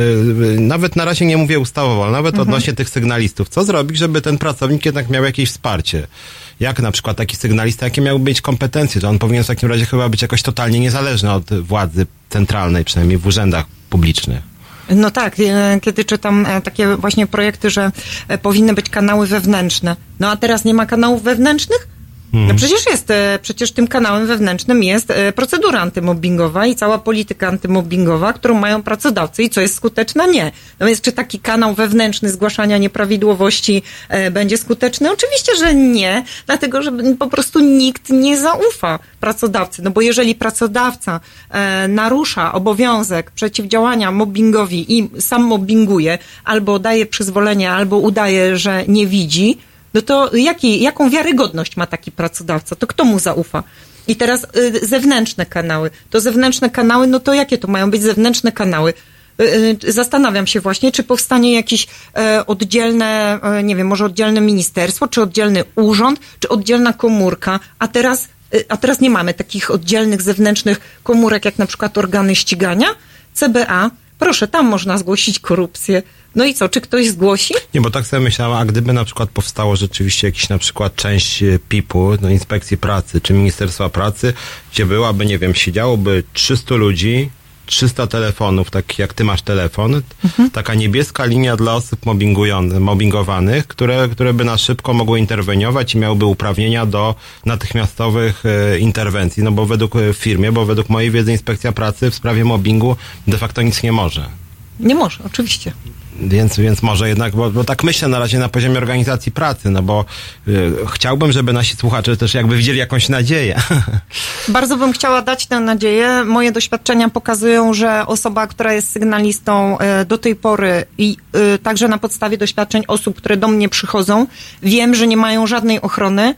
Nawet na razie nie mówię ustawowo, ale nawet odnośnie tych sygnalistów. Co zrobić, żeby ten pracownik jednak miał jakieś wsparcie? Jak na przykład taki sygnalista, jakie miałyby być kompetencje? To on powinien w takim razie chyba być jakoś totalnie niezależny od władzy centralnej, przynajmniej w urzędach publicznych. No tak, kiedy czytam takie właśnie projekty, że powinny być kanały wewnętrzne. No a teraz nie ma kanałów wewnętrznych? No przecież tym kanałem wewnętrznym jest procedura antymobbingowa i cała polityka antymobbingowa, którą mają pracodawcy i co jest skuteczne? Nie. No więc czy taki kanał wewnętrzny zgłaszania nieprawidłowości będzie skuteczny? Oczywiście, że nie, dlatego, że po prostu nikt nie zaufa pracodawcy. No bo jeżeli pracodawca narusza obowiązek przeciwdziałania mobbingowi i sam mobbinguje, albo daje przyzwolenie, albo udaje, że nie widzi, no to jaką wiarygodność ma taki pracodawca? To kto mu zaufa? I teraz zewnętrzne kanały. To zewnętrzne kanały, no to jakie to mają być zewnętrzne kanały? Zastanawiam się właśnie, czy powstanie jakieś oddzielne, nie wiem, może oddzielne ministerstwo, czy oddzielny urząd, czy oddzielna komórka, a teraz nie mamy takich oddzielnych zewnętrznych komórek, jak na przykład organy ścigania, CBA. Proszę, tam można zgłosić korupcję. No i co, czy ktoś zgłosi? Nie, bo tak sobie myślałem, a gdyby na przykład powstało rzeczywiście jakiś na przykład część PIP-u, no Inspekcji Pracy, czy Ministerstwa Pracy, gdzie byłaby, nie wiem, siedziałoby 300 ludzi, 300 telefonów, tak jak ty masz telefon, taka niebieska linia dla osób mobbingowanych, które by na szybko mogły interweniować i miałyby uprawnienia do natychmiastowych interwencji, no bo według mojej wiedzy Inspekcja Pracy w sprawie mobbingu de facto nic nie może. Nie może, oczywiście. Więc może jednak, bo tak myślę na razie na poziomie organizacji pracy, no bo chciałbym, żeby nasi słuchacze też jakby widzieli jakąś nadzieję. Bardzo bym chciała dać tę nadzieję. Moje doświadczenia pokazują, że osoba, która jest sygnalistą do tej pory i także na podstawie doświadczeń osób, które do mnie przychodzą, wiem, że nie mają żadnej ochrony.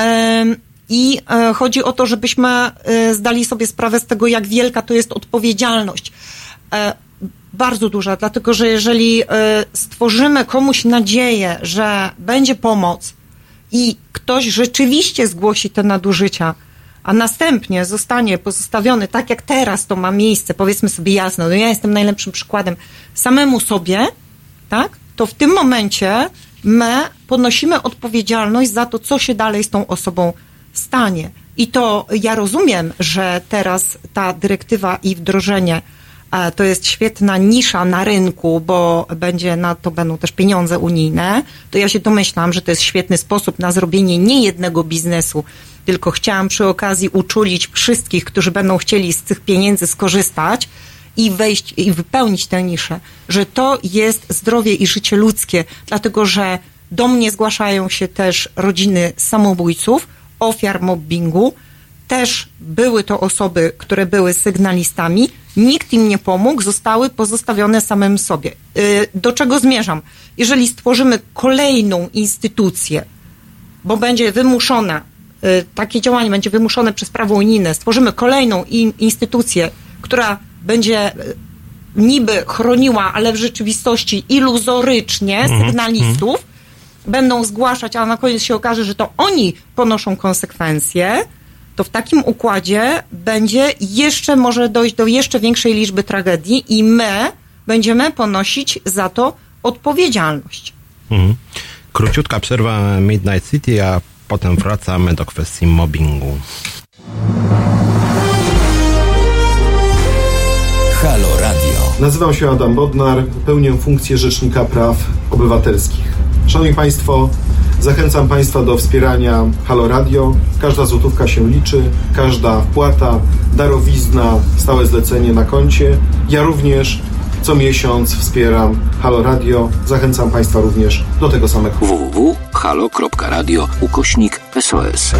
I chodzi o to, żebyśmy zdali sobie sprawę z tego, jak wielka to jest odpowiedzialność. Bardzo duża, dlatego że jeżeli stworzymy komuś nadzieję, że będzie pomoc i ktoś rzeczywiście zgłosi te nadużycia, a następnie zostanie pozostawiony tak, jak teraz to ma miejsce, powiedzmy sobie jasno, no ja jestem najlepszym przykładem, samemu sobie, tak, to w tym momencie my ponosimy odpowiedzialność za to, co się dalej z tą osobą stanie. I to ja rozumiem, że teraz ta dyrektywa i wdrożenie to jest świetna nisza na rynku, bo będą też pieniądze unijne, to ja się domyślam, że to jest świetny sposób na zrobienie nie jednego biznesu, tylko chciałam przy okazji uczulić wszystkich, którzy będą chcieli z tych pieniędzy skorzystać i wejść i wypełnić tę niszę, że to jest zdrowie i życie ludzkie, dlatego że do mnie zgłaszają się też rodziny samobójców, ofiar mobbingu, też były to osoby, które były sygnalistami, nikt im nie pomógł, zostały pozostawione samym sobie. Do czego zmierzam? Jeżeli stworzymy kolejną instytucję, bo będzie wymuszona, takie działanie będzie wymuszone przez prawo unijne, stworzymy kolejną instytucję, która będzie niby chroniła, ale w rzeczywistości iluzorycznie sygnalistów, będą zgłaszać, a na koniec się okaże, że to oni ponoszą konsekwencje, to w takim układzie może dojść do jeszcze większej liczby tragedii i my będziemy ponosić za to odpowiedzialność. Króciutka przerwa Midnight City, a potem wracamy do kwestii mobbingu. Halo Radio. Nazywam się Adam Bodnar, pełnię funkcję Rzecznika Praw Obywatelskich. Szanowni Państwo, zachęcam Państwa do wspierania Halo Radio. Każda złotówka się liczy, każda wpłata, darowizna, stałe zlecenie na koncie. Ja również co miesiąc wspieram Halo Radio. Zachęcam Państwa również do tego samego. www.halo.radio/SOS.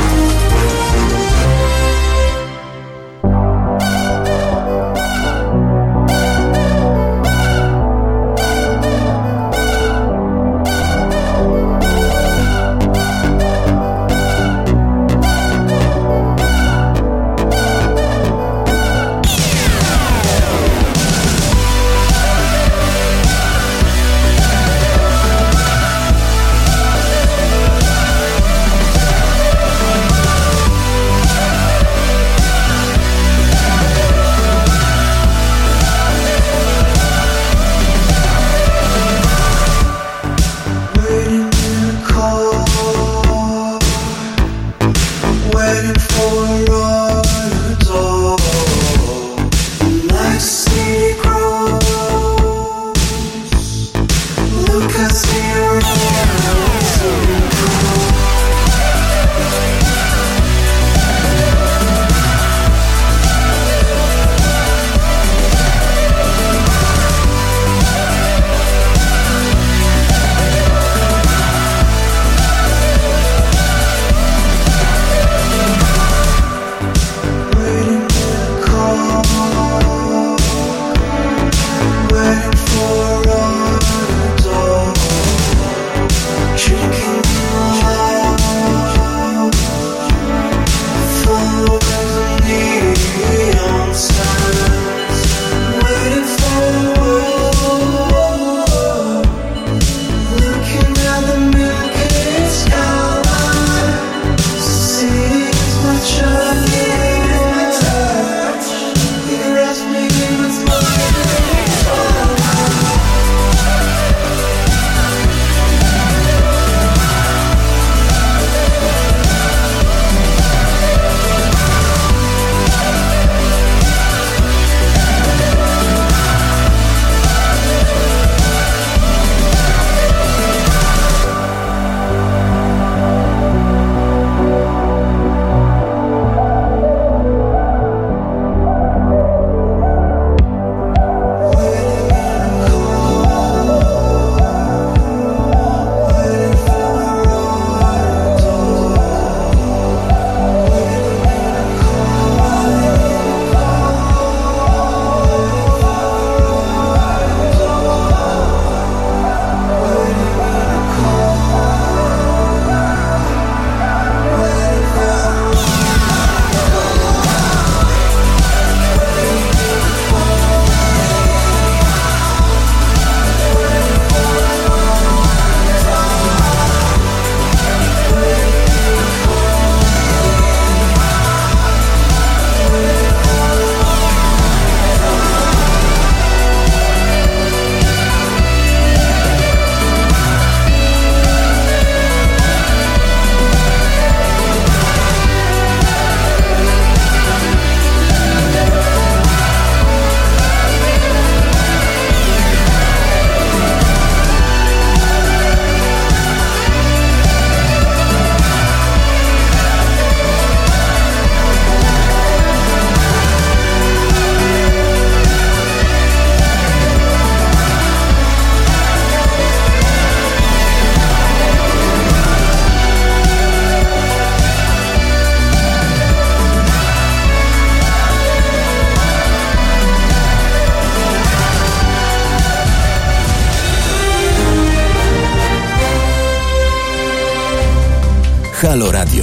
Halo Radio.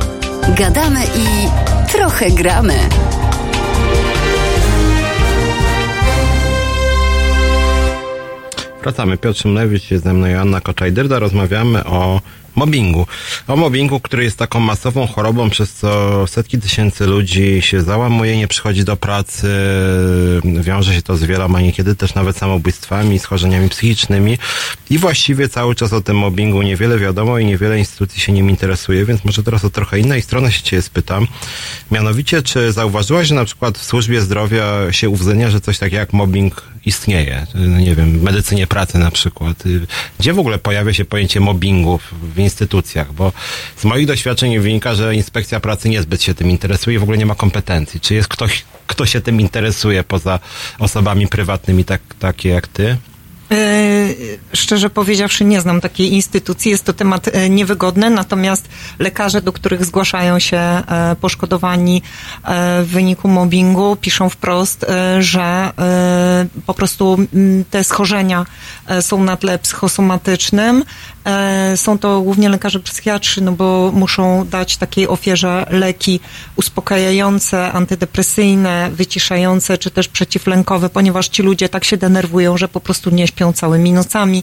Gadamy i trochę gramy. Wracamy. Piotr Szymlewicz, jest ze mną Joanna Koczaj-Dyrda. Rozmawiamy o mobbingu. O mobbingu, który jest taką masową chorobą, przez co setki tysięcy ludzi się załamuje, nie przychodzi do pracy, wiąże się to z wieloma, niekiedy też nawet samobójstwami, schorzeniami psychicznymi i właściwie cały czas o tym mobbingu niewiele wiadomo i niewiele instytucji się nim interesuje, więc może teraz o trochę innej strony się ciebie spytam. Mianowicie, czy zauważyłaś, że na przykład w służbie zdrowia się uwzględnia, że coś takiego jak mobbing istnieje? Nie wiem, w medycynie pracy na przykład. Gdzie w ogóle pojawia się pojęcie mobbingu w instytucjach? Bo z moich doświadczeń wynika, że inspekcja pracy niezbyt się tym interesuje i w ogóle nie ma kompetencji. Czy jest ktoś, kto się tym interesuje poza osobami prywatnymi, takie jak ty? Szczerze powiedziawszy, nie znam takiej instytucji. Jest to temat niewygodny, natomiast lekarze, do których zgłaszają się poszkodowani w wyniku mobbingu, piszą wprost, że po prostu te schorzenia są na tle psychosomatycznym. Są to głównie lekarze psychiatrzy, no bo muszą dać takiej ofierze leki uspokajające, antydepresyjne, wyciszające, czy też przeciwlękowe, ponieważ ci ludzie tak się denerwują, że po prostu nie śpią całymi nocami.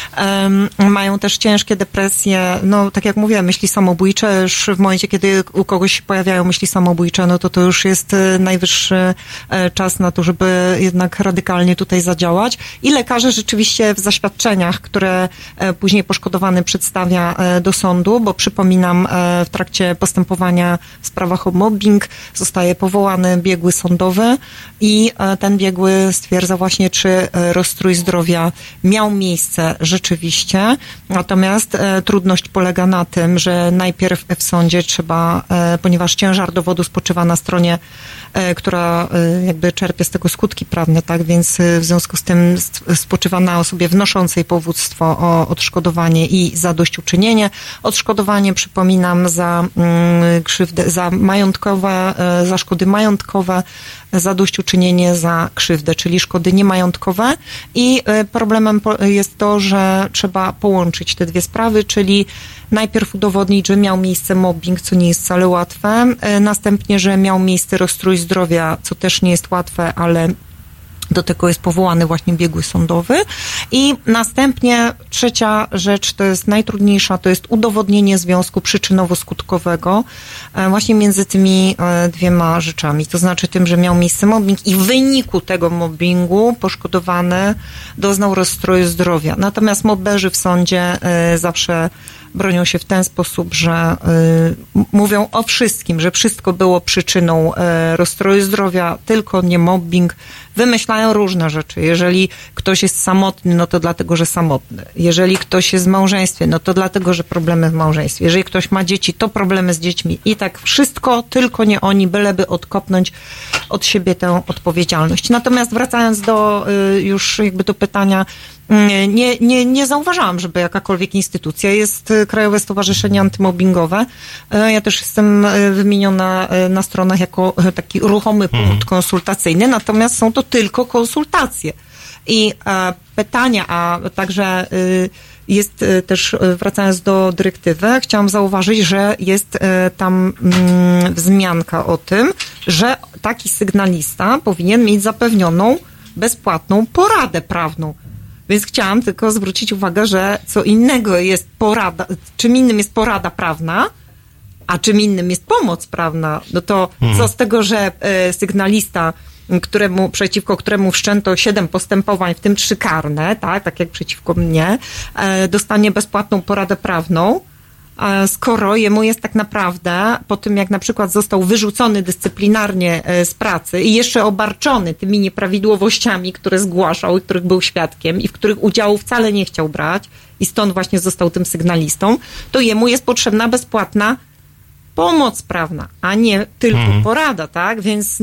Mają też ciężkie depresje, no tak jak mówię, myśli samobójcze. Już w momencie, kiedy u kogoś się pojawiają myśli samobójcze, no to już jest najwyższy czas na to, żeby jednak radykalnie tutaj zadziałać. I lekarze rzeczywiście w zaświadczeniach, które później poszkodowany przedstawia do sądu, bo przypominam, w trakcie postępowania w sprawach o mobbing zostaje powołany biegły sądowy i ten biegły stwierdza właśnie, czy rozstrój zdrowia miał miejsce rzeczywiście. Natomiast trudność polega na tym, że najpierw w sądzie trzeba, ponieważ ciężar dowodu spoczywa na stronie, która jakby czerpie z tego skutki prawne, tak, więc w związku z tym spoczywa na osobie wnoszącej powództwo o odszkodowanie i zadośćuczynienie. Odszkodowanie, przypominam, za krzywdę, za majątkowe, za szkody majątkowe, zadośćuczynienie za krzywdę, czyli szkody niemajątkowe. I problemem jest to, że trzeba połączyć te dwie sprawy, czyli najpierw udowodnić, że miał miejsce mobbing, co nie jest wcale łatwe, następnie, że miał miejsce rozstrój zdrowia, co też nie jest łatwe, ale do tego jest powołany właśnie biegły sądowy. I następnie trzecia rzecz, to jest najtrudniejsza, to jest udowodnienie związku przyczynowo-skutkowego właśnie między tymi dwiema rzeczami. To znaczy tym, że miał miejsce mobbing i w wyniku tego mobbingu poszkodowany doznał rozstroju zdrowia. Natomiast mobberzy w sądzie zawsze bronią się w ten sposób, że mówią o wszystkim, że wszystko było przyczyną rozstroju zdrowia, tylko nie mobbing. Wymyślają różne rzeczy. Jeżeli ktoś jest samotny, no to dlatego, że samotny. Jeżeli ktoś jest w małżeństwie, no to dlatego, że problemy w małżeństwie. Jeżeli ktoś ma dzieci, to problemy z dziećmi. I tak wszystko, tylko nie oni, byleby odkopnąć od siebie tę odpowiedzialność. Natomiast wracając do już jakby do pytania, nie zauważyłam, żeby jakakolwiek instytucja. Jest Krajowe Stowarzyszenie Antymobbingowe. Ja też jestem wymieniona na stronach jako taki ruchomy punkt konsultacyjny, natomiast są to tylko konsultacje. I pytania, a także jest też, wracając do dyrektywy, chciałam zauważyć, że jest tam wzmianka o tym, że taki sygnalista powinien mieć zapewnioną bezpłatną poradę prawną. Więc chciałam tylko zwrócić uwagę, że co innego jest porada, czym innym jest porada prawna, a czym innym jest pomoc prawna. No to co z tego, że sygnalista, przeciwko któremu wszczęto 7 postępowań, w tym 3 karne, tak jak przeciwko mnie, dostanie bezpłatną poradę prawną, skoro jemu jest tak naprawdę, po tym jak na przykład został wyrzucony dyscyplinarnie z pracy i jeszcze obarczony tymi nieprawidłowościami, które zgłaszał i których był świadkiem i w których udziału wcale nie chciał brać i stąd właśnie został tym sygnalistą, to jemu jest potrzebna bezpłatna pomoc prawna, a nie tylko porada, tak? Więc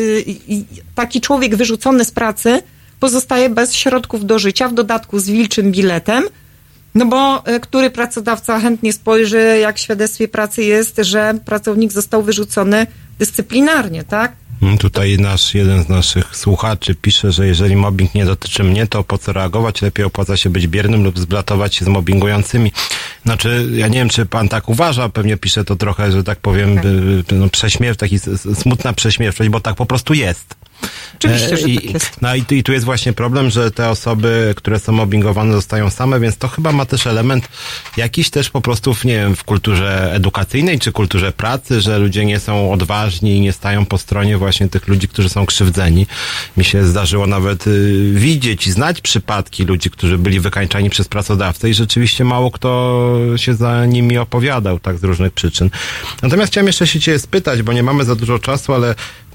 taki człowiek wyrzucony z pracy pozostaje bez środków do życia, w dodatku z wilczym biletem. No bo który pracodawca chętnie spojrzy, jak w świadectwie pracy jest, że pracownik został wyrzucony dyscyplinarnie, tak? Tutaj jeden z naszych słuchaczy pisze, że jeżeli mobbing nie dotyczy mnie, to po co reagować? Lepiej opłaca się być biernym lub zblatować się z mobbingującymi. Znaczy, ja nie wiem, czy pan tak uważa, pewnie pisze to trochę, że tak powiem, taka smutna prześmiewczość, bo tak po prostu jest. Oczywiście, że tak jest. No i tu jest właśnie problem, że te osoby, które są mobbingowane, zostają same, więc to chyba ma też element jakiś też po prostu, nie wiem, w kulturze edukacyjnej czy kulturze pracy, że ludzie nie są odważni i nie stają po stronie właśnie tych ludzi, którzy są krzywdzeni. Mi się zdarzyło nawet widzieć i znać przypadki ludzi, którzy byli wykańczani przez pracodawcę i rzeczywiście mało kto się za nimi opowiadał, tak, z różnych przyczyn. Natomiast chciałem jeszcze się cię spytać, bo nie mamy za dużo czasu, ale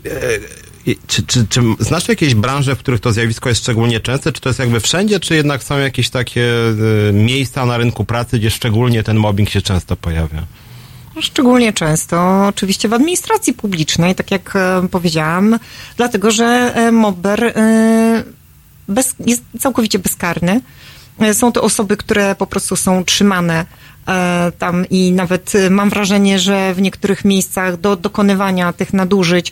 czy znasz jakieś branże, w których to zjawisko jest szczególnie częste? Czy to jest jakby wszędzie, czy jednak są jakieś takie miejsca na rynku pracy, gdzie szczególnie ten mobbing się często pojawia? Szczególnie często, oczywiście w administracji publicznej, tak jak powiedziałam, dlatego że mobber jest całkowicie bezkarny. Są to osoby, które po prostu są trzymane tam i nawet mam wrażenie, że w niektórych miejscach do dokonywania tych nadużyć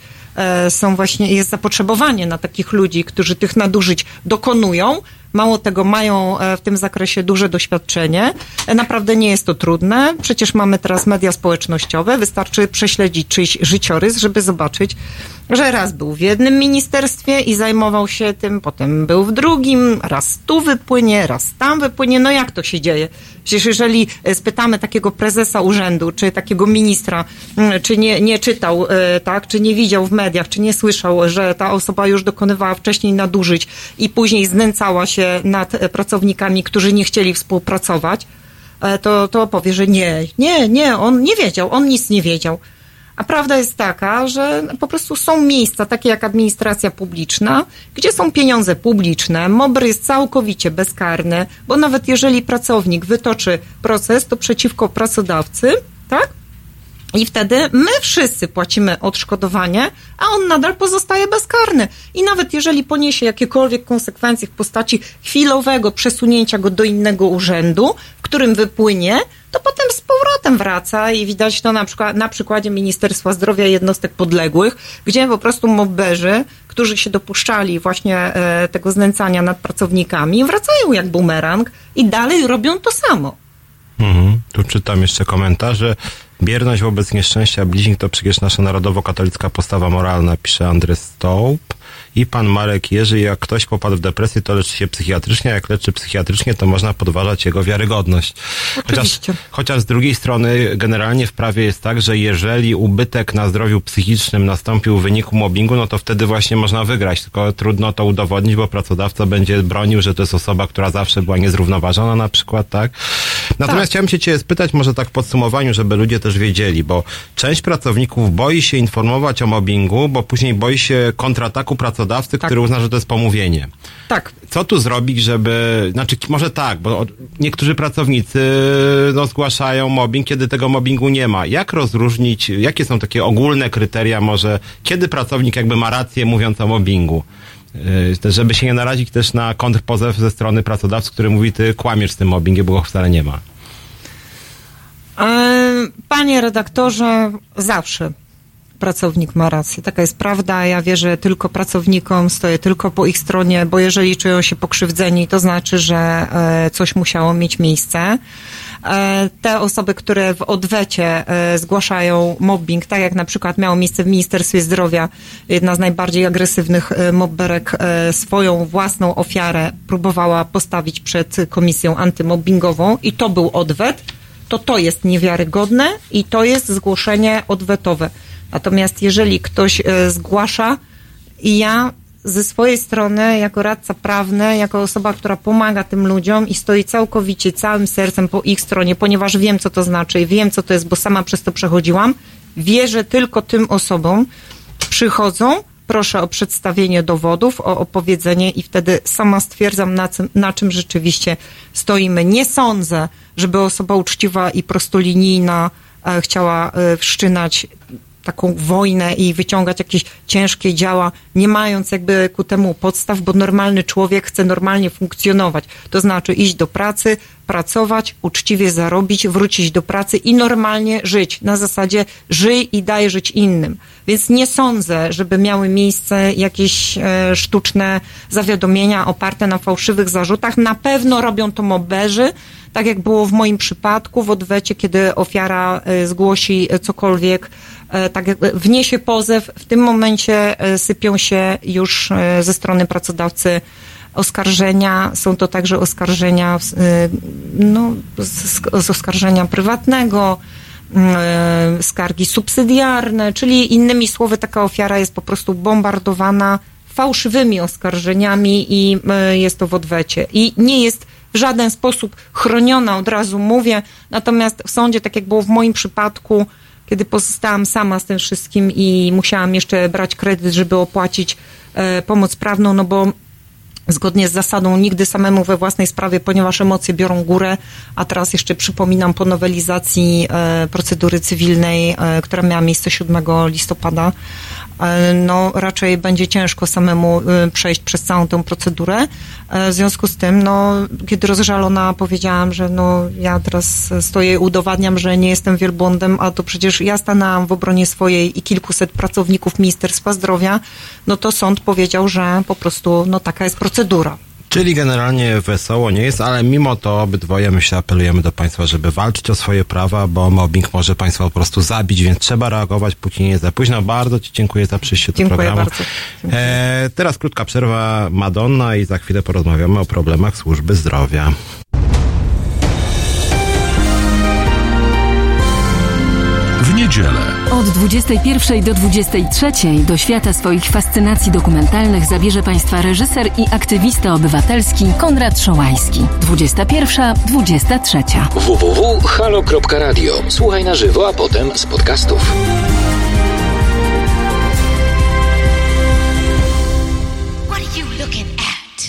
jest zapotrzebowanie na takich ludzi, którzy tych nadużyć dokonują. Mało tego, mają w tym zakresie duże doświadczenie. Naprawdę nie jest to trudne. Przecież mamy teraz media społecznościowe. Wystarczy prześledzić czyjś życiorys, żeby zobaczyć, że raz był w jednym ministerstwie i zajmował się tym, potem był w drugim, raz tu wypłynie, raz tam wypłynie. No jak to się dzieje? Przecież jeżeli spytamy takiego prezesa urzędu, czy takiego ministra, czy nie czytał, tak, czy nie widział w mediach, czy nie słyszał, że ta osoba już dokonywała wcześniej nadużyć i później znęcała się nad pracownikami, którzy nie chcieli współpracować, to powie, że nie, on nie wiedział, on nic nie wiedział. A prawda jest taka, że po prostu są miejsca, takie jak administracja publiczna, gdzie są pieniądze publiczne, mobber jest całkowicie bezkarny, bo nawet jeżeli pracownik wytoczy proces, to przeciwko pracodawcy, tak? I wtedy my wszyscy płacimy odszkodowanie, a on nadal pozostaje bezkarny. I nawet jeżeli poniesie jakiekolwiek konsekwencje w postaci chwilowego przesunięcia go do innego urzędu, w którym wypłynie, to potem z powrotem wraca i widać to na przykładzie Ministerstwa Zdrowia i jednostek podległych, gdzie po prostu mobberzy, którzy się dopuszczali właśnie tego znęcania nad pracownikami, wracają jak bumerang i dalej robią to samo. Tu czytam jeszcze komentarze. Bierność wobec nieszczęścia bliźnich to przecież nasza narodowo-katolicka postawa moralna, pisze Andrzej Stołp. I pan Marek Jerzy, jak ktoś popadł w depresję, to leczy się psychiatrycznie, a jak leczy psychiatrycznie, to można podważać jego wiarygodność. Chociaż z drugiej strony generalnie w prawie jest tak, że jeżeli ubytek na zdrowiu psychicznym nastąpił w wyniku mobbingu, no to wtedy właśnie można wygrać, tylko trudno to udowodnić, bo pracodawca będzie bronił, że to jest osoba, która zawsze była niezrównoważona na przykład, tak? Natomiast chciałem się cię spytać, może tak w podsumowaniu, żeby ludzie też wiedzieli, bo część pracowników boi się informować o mobbingu, bo później boi się kontrataku pracodawcy, który uzna, że to jest pomówienie. Tak. Co tu zrobić, żeby... Znaczy, może tak, bo niektórzy pracownicy zgłaszają mobbing, kiedy tego mobbingu nie ma. Jak rozróżnić, jakie są takie ogólne kryteria może, kiedy pracownik jakby ma rację mówiąc o mobbingu? Żeby się nie narazić też na kontrpozew ze strony pracodawcy, który mówi, ty kłamiesz z tym mobbingiem, bo go wcale nie ma. Panie redaktorze, zawsze pracownik ma rację. Taka jest prawda. Ja wierzę tylko pracownikom, stoję tylko po ich stronie, bo jeżeli czują się pokrzywdzeni, to znaczy, że coś musiało mieć miejsce. Te osoby, które w odwecie zgłaszają mobbing, tak jak na przykład miało miejsce w Ministerstwie Zdrowia, jedna z najbardziej agresywnych mobberek swoją własną ofiarę próbowała postawić przed komisją antymobbingową i to był odwet, to jest niewiarygodne i to jest zgłoszenie odwetowe. Natomiast jeżeli ktoś zgłasza i ja ze swojej strony, jako radca prawny, jako osoba, która pomaga tym ludziom i stoi całkowicie, całym sercem po ich stronie, ponieważ wiem, co to znaczy i wiem, co to jest, bo sama przez to przechodziłam, wierzę tylko tym osobom, przychodzą, proszę o przedstawienie dowodów, o opowiedzenie i wtedy sama stwierdzam, na czym rzeczywiście stoimy. Nie sądzę, żeby osoba uczciwa i prostolinijna chciała wszczynać taką wojnę i wyciągać jakieś ciężkie działa, nie mając jakby ku temu podstaw, bo normalny człowiek chce normalnie funkcjonować. To znaczy iść do pracy, pracować, uczciwie zarobić, wrócić do pracy i normalnie żyć. Na zasadzie żyj i daj żyć innym. Więc nie sądzę, żeby miały miejsce jakieś sztuczne zawiadomienia oparte na fałszywych zarzutach. Na pewno robią to mobberzy, tak jak było w moim przypadku w odwecie, kiedy ofiara zgłosi cokolwiek tak jakby wniesie pozew, w tym momencie sypią się już ze strony pracodawcy oskarżenia. Są to także oskarżenia z oskarżenia prywatnego, skargi subsydiarne, czyli innymi słowy taka ofiara jest po prostu bombardowana fałszywymi oskarżeniami i jest to w odwecie. I nie jest w żaden sposób chroniona, od razu mówię, natomiast w sądzie, tak jak było w moim przypadku, kiedy pozostałam sama z tym wszystkim i musiałam jeszcze brać kredyt, żeby opłacić pomoc prawną, no bo zgodnie z zasadą nigdy samemu we własnej sprawie, ponieważ emocje biorą górę, a teraz jeszcze przypominam po nowelizacji procedury cywilnej, która miała miejsce 7 listopada, no raczej będzie ciężko samemu przejść przez całą tę procedurę. W związku z tym, no kiedy rozżalona powiedziałam, że no ja teraz stoję i udowadniam, że nie jestem wielbłądem, a to przecież ja stanęłam w obronie swojej i kilkuset pracowników Ministerstwa Zdrowia, no to sąd powiedział, że po prostu no taka jest procedura. Czyli generalnie wesoło nie jest, ale mimo to obydwoje, myślę, apelujemy do Państwa, żeby walczyć o swoje prawa, bo mobbing może Państwa po prostu zabić, więc trzeba reagować, póki nie jest za późno. Bardzo Ci dziękuję za przyjście do programu. Bardzo. Teraz krótka przerwa, Madonna, i za chwilę porozmawiamy o problemach służby zdrowia. W niedzielę Od 21 do 23 do świata swoich fascynacji dokumentalnych zabierze Państwa reżyser i aktywista obywatelski Konrad Szołajski. 21-23. www.halo.radio. Słuchaj na żywo, a potem z podcastów. What are you looking at?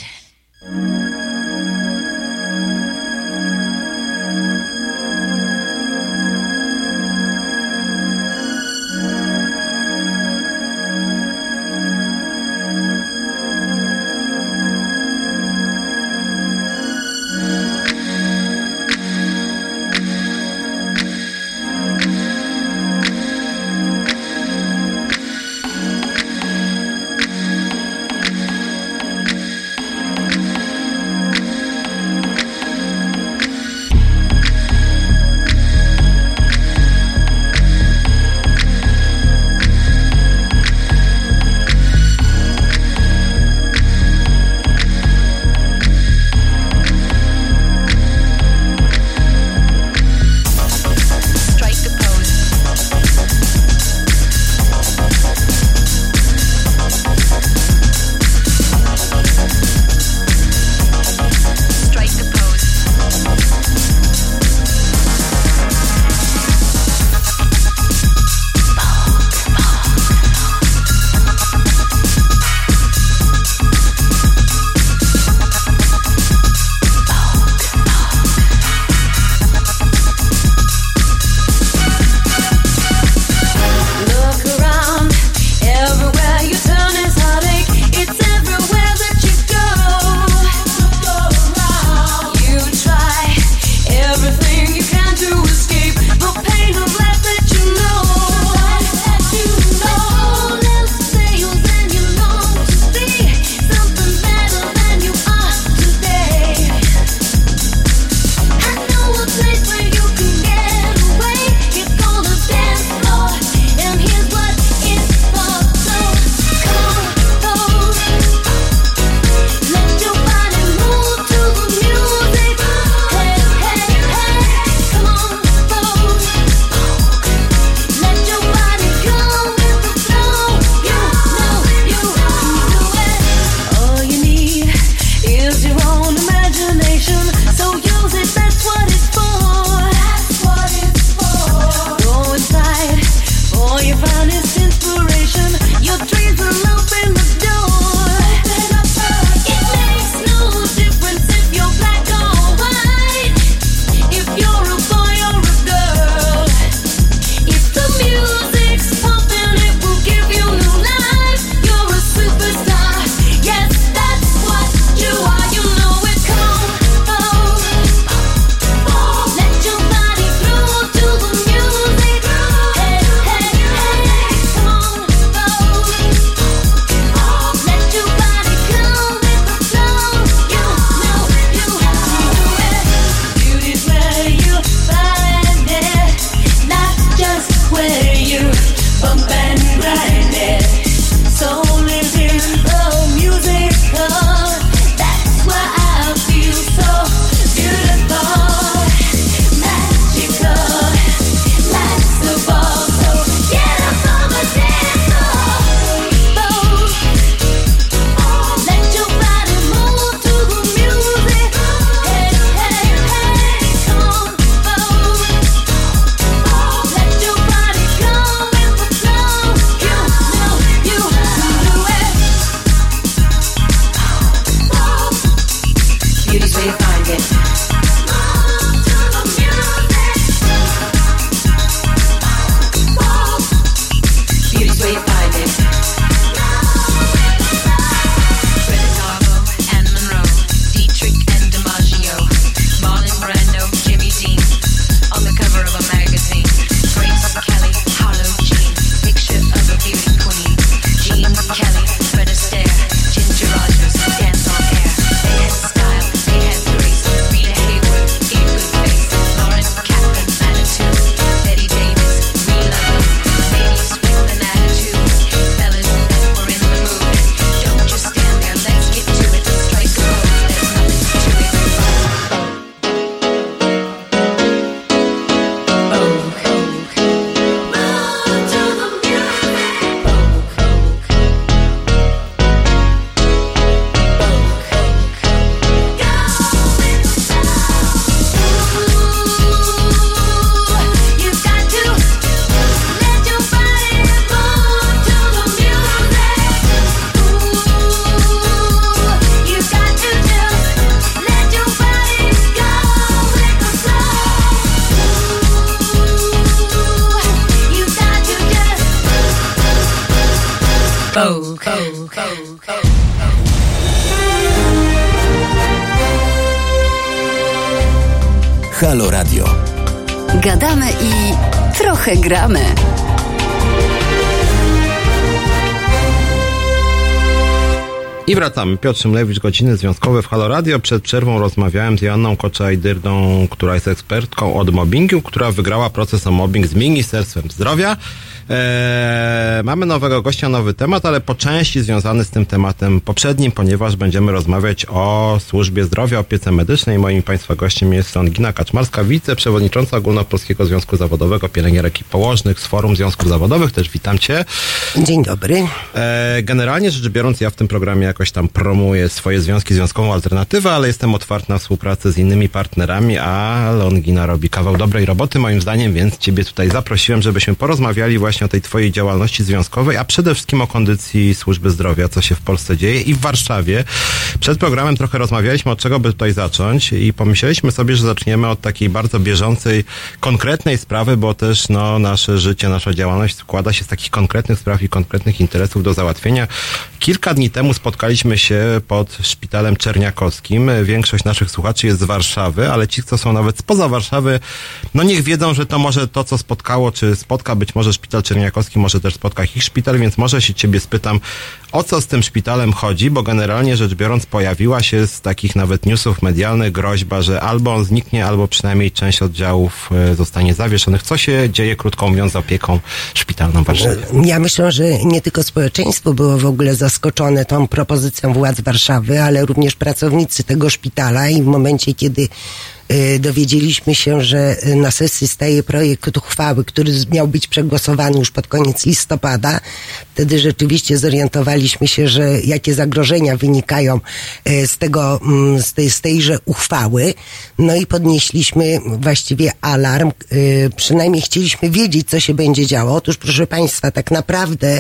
Halo Radio. Gadamy i trochę gramy. I wracamy. Piotr Szymlewicz, Godziny Związkowe w Halo Radio. Przed przerwą rozmawiałem z Joanną Koczaj-Dyrdą, która jest ekspertką od mobbingu, która wygrała proces o mobbing z Ministerstwem Zdrowia. Mamy nowego gościa, nowy temat, ale po części związany z tym tematem poprzednim, ponieważ będziemy rozmawiać o służbie zdrowia, opiece medycznej. Moim Państwa gościem jest Longina Kaczmarska, wiceprzewodnicząca Ogólnopolskiego Związku Zawodowego Pielęgniarek i Położnych z Forum Związków Zawodowych. Też witam Cię. Dzień dobry. Generalnie rzecz biorąc, ja w tym programie jakoś tam promuję swoje związki, związkową alternatywę, ale jestem otwarty na współpracę z innymi partnerami, a Longina robi kawał dobrej roboty moim zdaniem, więc Ciebie tutaj zaprosiłem, żebyśmy porozmawiali właśnie o tej Twojej działalności związkowej, a przede wszystkim o kondycji służby zdrowia, co się w Polsce dzieje i w Warszawie. Przed programem trochę rozmawialiśmy, od czego by tutaj zacząć i pomyśleliśmy sobie, że zaczniemy od takiej bardzo bieżącej, konkretnej sprawy, bo też nasze życie, nasza działalność składa się z takich konkretnych spraw i konkretnych interesów do załatwienia. Kilka dni temu spotkaliśmy się pod Szpitalem Czerniakowskim. Większość naszych słuchaczy jest z Warszawy, ale ci, co są nawet spoza Warszawy, niech wiedzą, że to może to, co spotkało, czy spotka być może Szpital Czerniakowski, może też spotka ich szpital, więc może się Ciebie spytam, o co z tym szpitalem chodzi, bo generalnie rzecz biorąc pojawiła się z takich nawet newsów medialnych groźba, że albo on zniknie, albo przynajmniej część oddziałów zostanie zawieszonych. Co się dzieje, krótko mówiąc, z opieką szpitalną w Warszawie? Ja myślę, że nie tylko społeczeństwo było w ogóle zaskoczone tą propozycją władz Warszawy, ale również pracownicy tego szpitala i w momencie, kiedy dowiedzieliśmy się, że na sesji staje projekt uchwały, który miał być przegłosowany już pod koniec listopada. Wtedy rzeczywiście zorientowaliśmy się, że jakie zagrożenia wynikają z tejże uchwały. No i podnieśliśmy właściwie alarm. Przynajmniej chcieliśmy wiedzieć, co się będzie działo. Otóż, proszę Państwa, tak naprawdę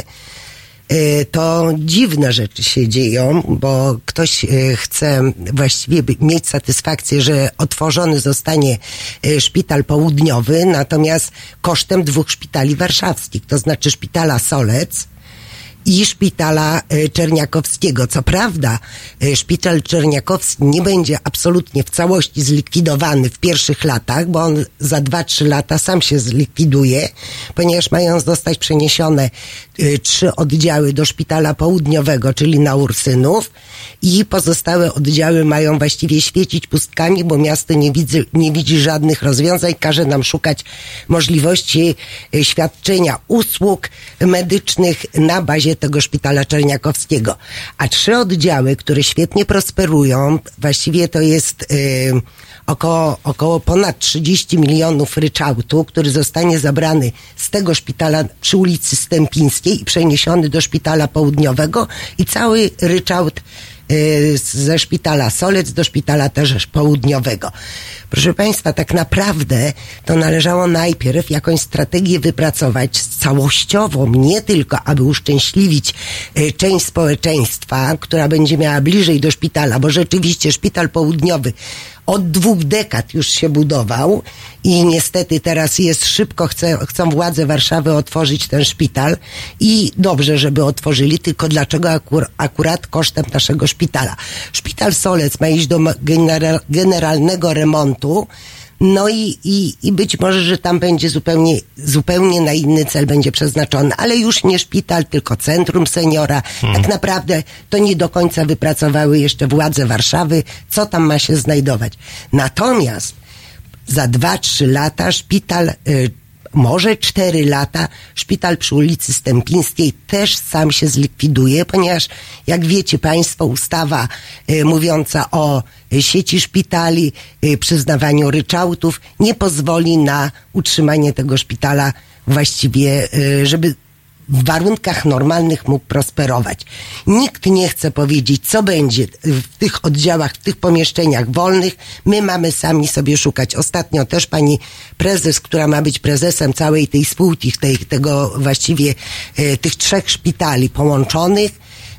to dziwne rzeczy się dzieją, bo ktoś chce właściwie mieć satysfakcję, że otworzony zostanie szpital południowy, natomiast kosztem 2 szpitali warszawskich, to znaczy szpitala Solec i szpitala Czerniakowskiego. Co prawda, szpital Czerniakowski nie będzie absolutnie w całości zlikwidowany w pierwszych latach, bo on za 2-3 lata sam się zlikwiduje, ponieważ mają zostać przeniesione 3 oddziały do szpitala południowego, czyli na Ursynów, i pozostałe oddziały mają właściwie świecić pustkami, bo miasto nie widzi żadnych rozwiązań, każe nam szukać możliwości świadczenia usług medycznych na bazie tego szpitala Czerniakowskiego. A 3 oddziały, które świetnie prosperują, właściwie to jest około ponad 30 milionów ryczałtu, który zostanie zabrany z tego szpitala przy ulicy Stępińskiej i przeniesiony do szpitala południowego i cały ryczałt ze szpitala Solec do szpitala też południowego. Proszę Państwa, tak naprawdę to należało najpierw jakąś strategię wypracować całościową, nie tylko aby uszczęśliwić część społeczeństwa, która będzie miała bliżej do szpitala, bo rzeczywiście szpital południowy od 2 dekad już się budował i niestety teraz jest szybko, chcą władze Warszawy otworzyć ten szpital i dobrze, żeby otworzyli, tylko dlaczego akurat kosztem naszego szpitala? Szpital Solec ma iść do generalnego remontu, no i być może, że tam będzie zupełnie na inny cel będzie przeznaczony, ale już nie szpital, tylko centrum seniora. Tak naprawdę to nie do końca wypracowały jeszcze władze Warszawy, co tam ma się znajdować. Natomiast za 2-3 lata szpital, może 4 lata, szpital przy ulicy Stępińskiej też sam się zlikwiduje, ponieważ jak wiecie Państwo, ustawa mówiąca o sieci szpitali, przyznawaniu ryczałtów nie pozwoli na utrzymanie tego szpitala właściwie, żeby w warunkach normalnych mógł prosperować. Nikt nie chce powiedzieć, co będzie w tych oddziałach, w tych pomieszczeniach wolnych. My mamy sami sobie szukać. Ostatnio też pani prezes, która ma być prezesem całej tej spółki, tego właściwie tych 3 szpitali połączonych,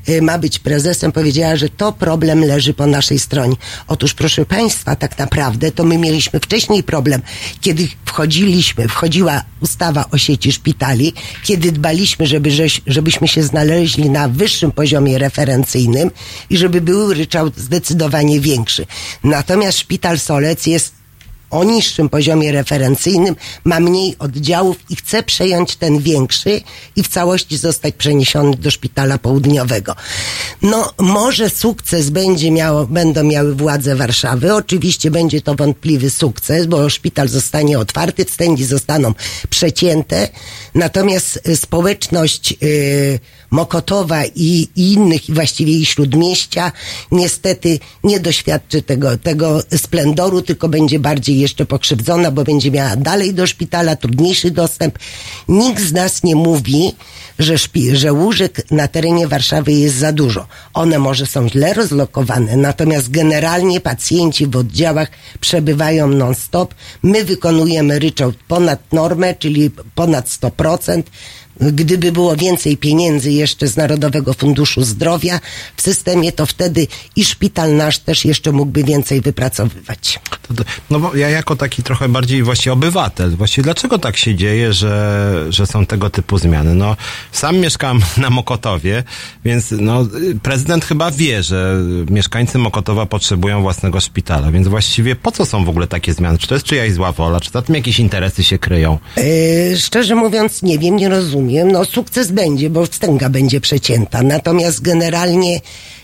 ma być prezesem, powiedziała, że to problem leży po naszej stronie. Otóż, proszę państwa, tak naprawdę to my mieliśmy wcześniej problem, kiedy wchodziła ustawa o sieci szpitali, kiedy dbaliśmy, żebyśmy się znaleźli na wyższym poziomie referencyjnym i żeby był ryczałt zdecydowanie większy. Natomiast szpital Solec jest o niższym poziomie referencyjnym, ma mniej oddziałów i chce przejąć ten większy i w całości zostać przeniesiony do szpitala południowego. No, może sukces będą miały władze Warszawy. Oczywiście będzie to wątpliwy sukces, bo szpital zostanie otwarty, wstęgi zostaną przecięte. Natomiast społeczność Mokotowa i innych, i właściwie i Śródmieścia niestety nie doświadczy tego splendoru, tylko będzie bardziej jeszcze pokrzywdzona, bo będzie miała dalej do szpitala trudniejszy dostęp. Nikt z nas nie mówi, że łóżek na terenie Warszawy jest za dużo. One może są źle rozlokowane, natomiast generalnie pacjenci w oddziałach przebywają non-stop. My wykonujemy ryczałt ponad normę, czyli ponad 100%. Gdyby było więcej pieniędzy jeszcze z Narodowego Funduszu Zdrowia w systemie, to wtedy i szpital nasz też jeszcze mógłby więcej wypracowywać. No bo ja jako taki trochę bardziej właśnie obywatel, właściwie dlaczego tak się dzieje, że są tego typu zmiany? No, sam mieszkam na Mokotowie, więc no, prezydent chyba wie, że mieszkańcy Mokotowa potrzebują własnego szpitala, więc właściwie po co są w ogóle takie zmiany? Czy to jest czyjaś zła wola? Czy za tym jakieś interesy się kryją? Szczerze mówiąc nie wiem, nie rozumiem. No sukces będzie, bo wstęga będzie przecięta. Natomiast generalnie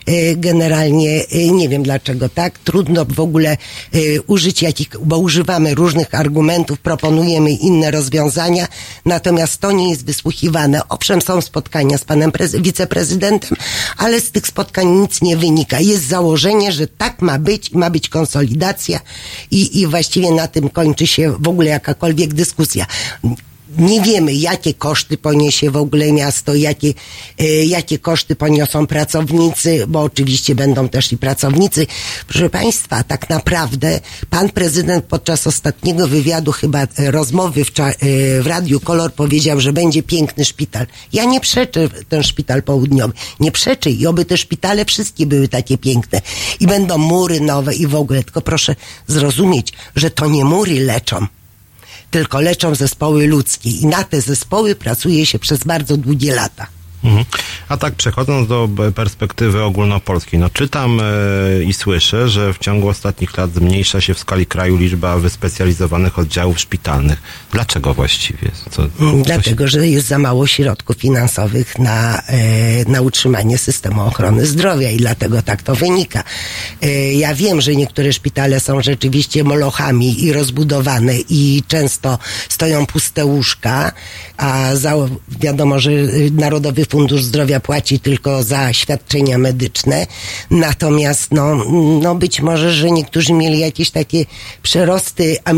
nie wiem dlaczego tak. Trudno w ogóle użyć bo używamy różnych argumentów, proponujemy inne rozwiązania, natomiast to nie jest wysłuchiwane. Owszem, są spotkania z panem wiceprezydentem, ale z tych spotkań nic nie wynika. Jest założenie, że tak ma być konsolidacja i właściwie na tym kończy się w ogóle jakakolwiek dyskusja. Nie wiemy, jakie koszty poniesie w ogóle miasto, jakie koszty poniosą pracownicy, bo oczywiście będą też i pracownicy. Proszę państwa, tak naprawdę pan prezydent podczas ostatniego wywiadu, chyba rozmowy w Radiu Kolor powiedział, że będzie piękny szpital. Ja nie przeczę ten szpital południowy. Nie przeczę i oby te szpitale wszystkie były takie piękne. I będą mury nowe i w ogóle. Tylko proszę zrozumieć, że to nie mury leczą, tylko leczą zespoły ludzkie i na te zespoły pracuje się przez bardzo długie lata. A tak przechodząc do perspektywy ogólnopolskiej, no czytam i słyszę, że w ciągu ostatnich lat zmniejsza się w skali kraju liczba wyspecjalizowanych oddziałów szpitalnych. Dlaczego właściwie? Dlatego, że jest za mało środków finansowych na utrzymanie systemu ochrony zdrowia i dlatego tak to wynika. Ja wiem, że niektóre szpitale są rzeczywiście molochami i rozbudowane i często stoją puste łóżka, a wiadomo, że Narodowy Fundusz Zdrowia płaci tylko za świadczenia medyczne, natomiast no być może, że niektórzy mieli jakieś takie przerost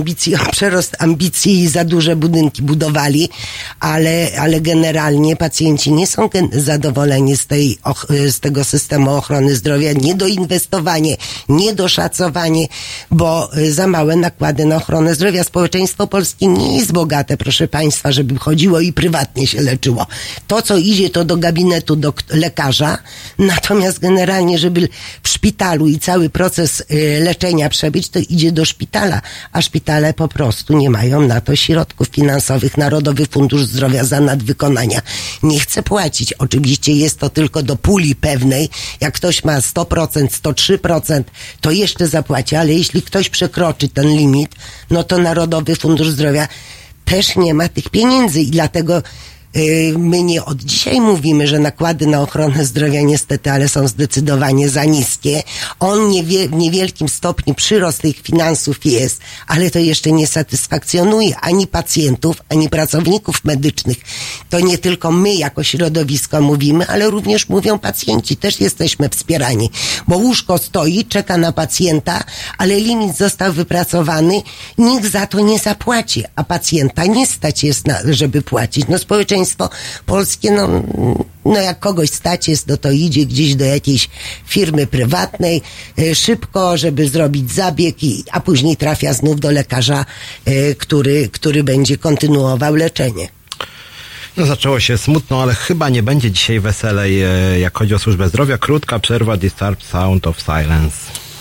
ambicji i za duże budynki budowali, ale generalnie pacjenci nie są zadowoleni z tego systemu ochrony zdrowia, niedoinwestowanie, niedoszacowanie, bo za małe nakłady na ochronę zdrowia. Społeczeństwo polskie nie jest bogate, proszę państwa, żeby chodziło i prywatnie się leczyło. To, co idzie, to do gabinetu do lekarza, natomiast generalnie, żeby w szpitalu i cały proces leczenia przebyć, to idzie do szpitala, a szpitale po prostu nie mają na to środków finansowych. Narodowy Fundusz Zdrowia za nadwykonania nie chce płacić. Oczywiście jest to tylko do puli pewnej. Jak ktoś ma 100%, 103%, to jeszcze zapłaci, ale jeśli ktoś przekroczy ten limit, no to Narodowy Fundusz Zdrowia też nie ma tych pieniędzy i dlatego my nie od dzisiaj mówimy, że nakłady na ochronę zdrowia niestety, ale są zdecydowanie za niskie. W niewielkim stopniu przyrost tych finansów jest, ale to jeszcze nie satysfakcjonuje ani pacjentów, ani pracowników medycznych. To nie tylko my jako środowisko mówimy, ale również mówią pacjenci. Też jesteśmy wspierani, bo łóżko stoi, czeka na pacjenta, ale limit został wypracowany, nikt za to nie zapłaci, a pacjenta nie stać jest, żeby płacić. Społeczeństwo polskie, jak kogoś stać jest, to idzie gdzieś do jakiejś firmy prywatnej szybko, żeby zrobić zabieg, a później trafia znów do lekarza, który będzie kontynuował leczenie. No, zaczęło się smutno, ale chyba nie będzie dzisiaj weselej, jak chodzi o służbę zdrowia. Krótka przerwa, Disturbed Sound of Silence.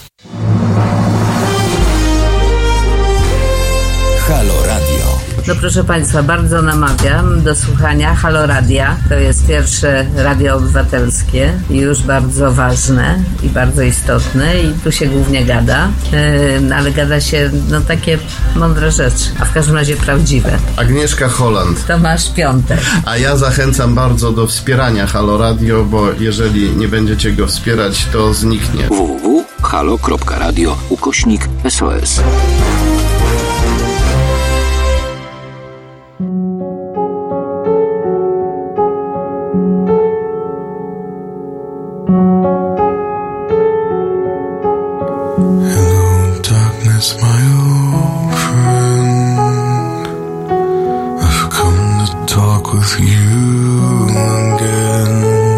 Halo Radio. No proszę Państwa, bardzo namawiam do słuchania Halo Radia. To jest pierwsze radio obywatelskie i już bardzo ważne i bardzo istotne i tu się głównie gada, ale gada się takie mądre rzeczy, a w każdym razie prawdziwe. Agnieszka Holland. Tomasz Piątek. A ja zachęcam bardzo do wspierania Halo Radio, bo jeżeli nie będziecie go wspierać, to zniknie. www.halo.radio/SOS. My old friend, I've come to talk with you again,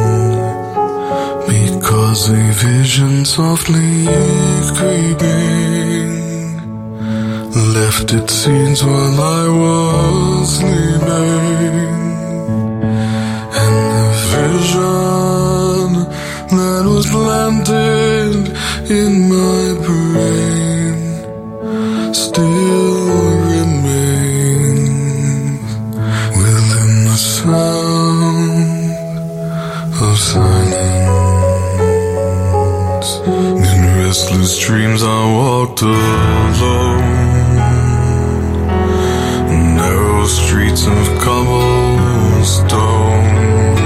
because a vision softly creeping left its seeds while I was sleeping, and the vision that was planted in my brain still remains within the sound of silence. In restless dreams I walked alone, narrow streets of cobblestone,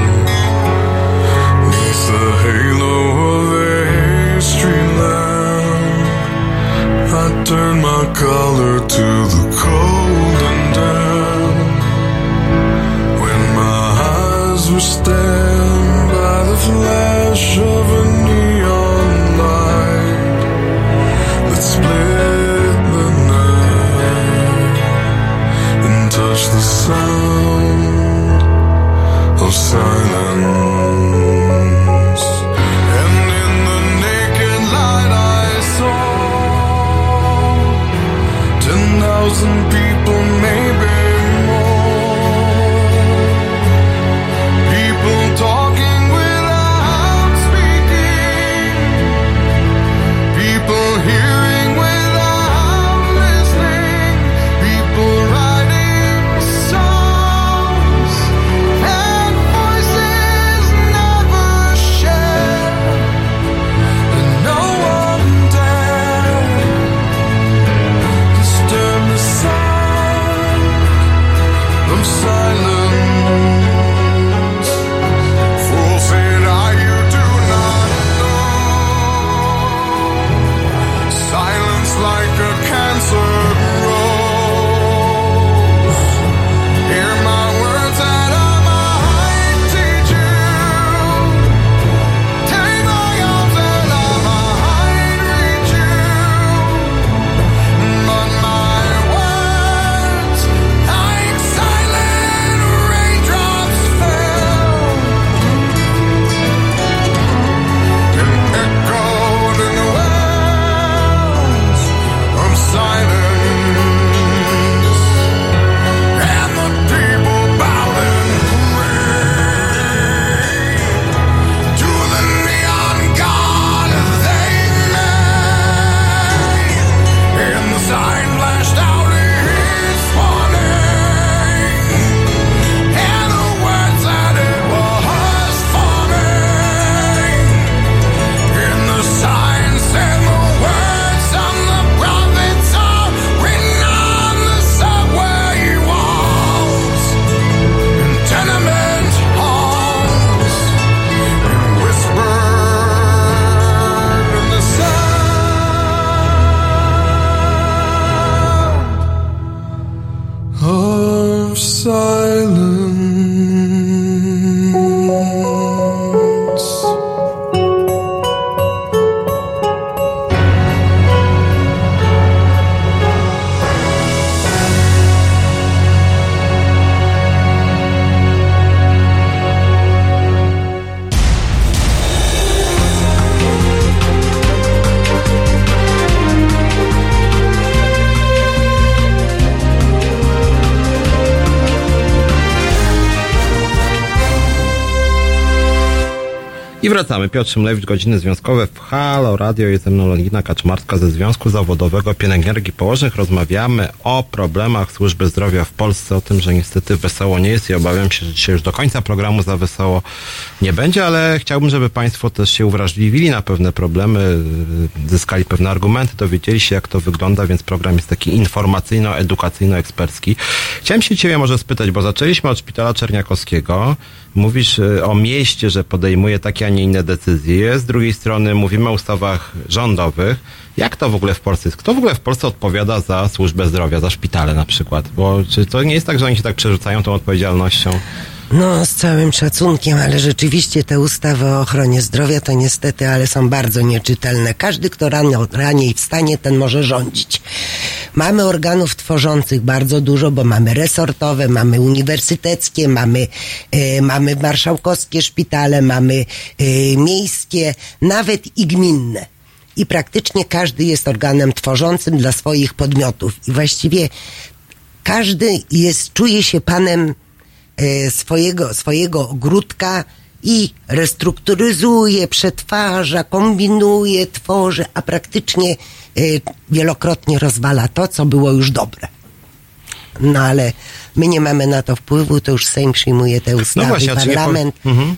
neath the halo of a street lamp I turned my collar to the cold and damp. When my eyes were stabbed by the flash of a neon light that split the night and touched the sound of silence. And in the naked light I saw 10,000 people, maybe more. People talking without speaking. People hearing without listening. People writing songs and voices never shared. And no one dared disturb the sound of silence. Fool said I, you do not know. Silence like a cancer grows. Hear my words that I might teach you. Take my arms that I might reach you. But my words, like silent raindrops, fell and echoed in the wells of silence. And the people bowed and prayed to the neon god they made. And the sign flashed out its warning, and the words that it was forming. And the sign said the words of the prophets are written on the subway walls, in tenement halls, and whispered in the sound of silence. I wracamy. Piotr Szymlewicz, Godziny Związkowe w Halo Radio. Jest ze mną Lonina Kaczmarska ze Związku Zawodowego Pielęgniarek i Położnych. Rozmawiamy o problemach służby zdrowia w Polsce, o tym, że niestety wesoło nie jest i obawiam się, że dzisiaj już do końca programu za wesoło nie będzie, ale chciałbym, żeby Państwo też się uwrażliwili na pewne problemy, zyskali pewne argumenty, dowiedzieli się, jak to wygląda, więc program jest taki informacyjno-edukacyjno-ekspercki. Chciałem się Ciebie może spytać, bo zaczęliśmy od Szpitala Czerniakowskiego. Mówisz o mieście, że podejmuje takie, a nie inne decyzje. Z drugiej strony mówimy o ustawach rządowych. Jak to w ogóle w Polsce jest? Kto w ogóle w Polsce odpowiada za służbę zdrowia, za szpitale na przykład? Bo czy to nie jest tak, że oni się tak przerzucają tą odpowiedzialnością? No, z całym szacunkiem, ale rzeczywiście te ustawy o ochronie zdrowia to niestety, ale są bardzo nieczytelne. Każdy, kto raniej wstanie, ten może rządzić. Mamy organów tworzących bardzo dużo, bo mamy resortowe, mamy uniwersyteckie, mamy marszałkowskie szpitale, mamy miejskie, nawet i gminne. I praktycznie każdy jest organem tworzącym dla swoich podmiotów. I właściwie każdy czuje się panem swojego ogródka i restrukturyzuje, przetwarza, kombinuje, tworzy, a praktycznie wielokrotnie rozwala to, co było już dobre. No ale my nie mamy na to wpływu, to już Sejm przyjmuje te ustawy, no właśnie, parlament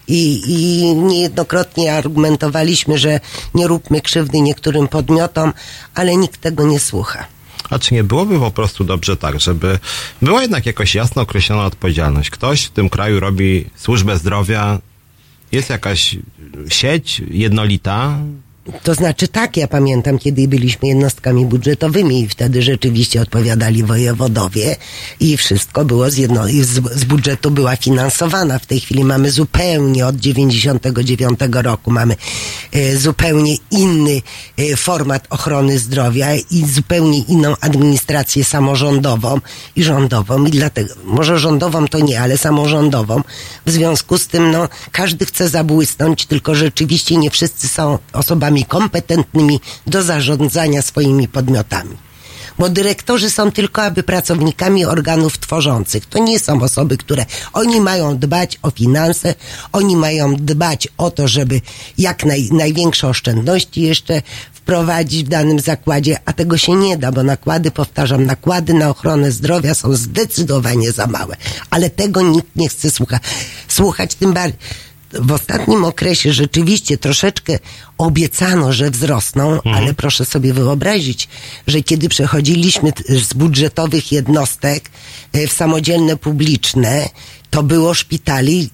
i niejednokrotnie argumentowaliśmy, że nie róbmy krzywdy niektórym podmiotom, ale nikt tego nie słucha. A czy nie byłoby po prostu dobrze tak, żeby była jednak jakoś jasno określona odpowiedzialność? Ktoś w tym kraju robi służbę zdrowia, jest jakaś sieć jednolita? To znaczy tak, ja pamiętam, kiedy byliśmy jednostkami budżetowymi i wtedy rzeczywiście odpowiadali wojewodowie i wszystko było z budżetu była finansowana. W tej chwili mamy zupełnie od 99 roku mamy zupełnie inny format ochrony zdrowia i zupełnie inną administrację samorządową i rządową i dlatego, może rządową to nie, ale samorządową. W związku z tym, no, każdy chce zabłysnąć, tylko rzeczywiście nie wszyscy są osobami kompetentnymi do zarządzania swoimi podmiotami. Bo dyrektorzy są tylko pracownikami organów tworzących. To nie są osoby, które oni mają dbać o finanse, oni mają dbać o to, żeby jak największe oszczędności jeszcze wprowadzić w danym zakładzie, a tego się nie da, bo nakłady na ochronę zdrowia są zdecydowanie za małe. Ale tego nikt nie chce słuchać, tym bardziej. W ostatnim okresie rzeczywiście troszeczkę obiecano, że wzrosną, ale proszę sobie wyobrazić, że kiedy przechodziliśmy z budżetowych jednostek w samodzielne publiczne, to było szpitali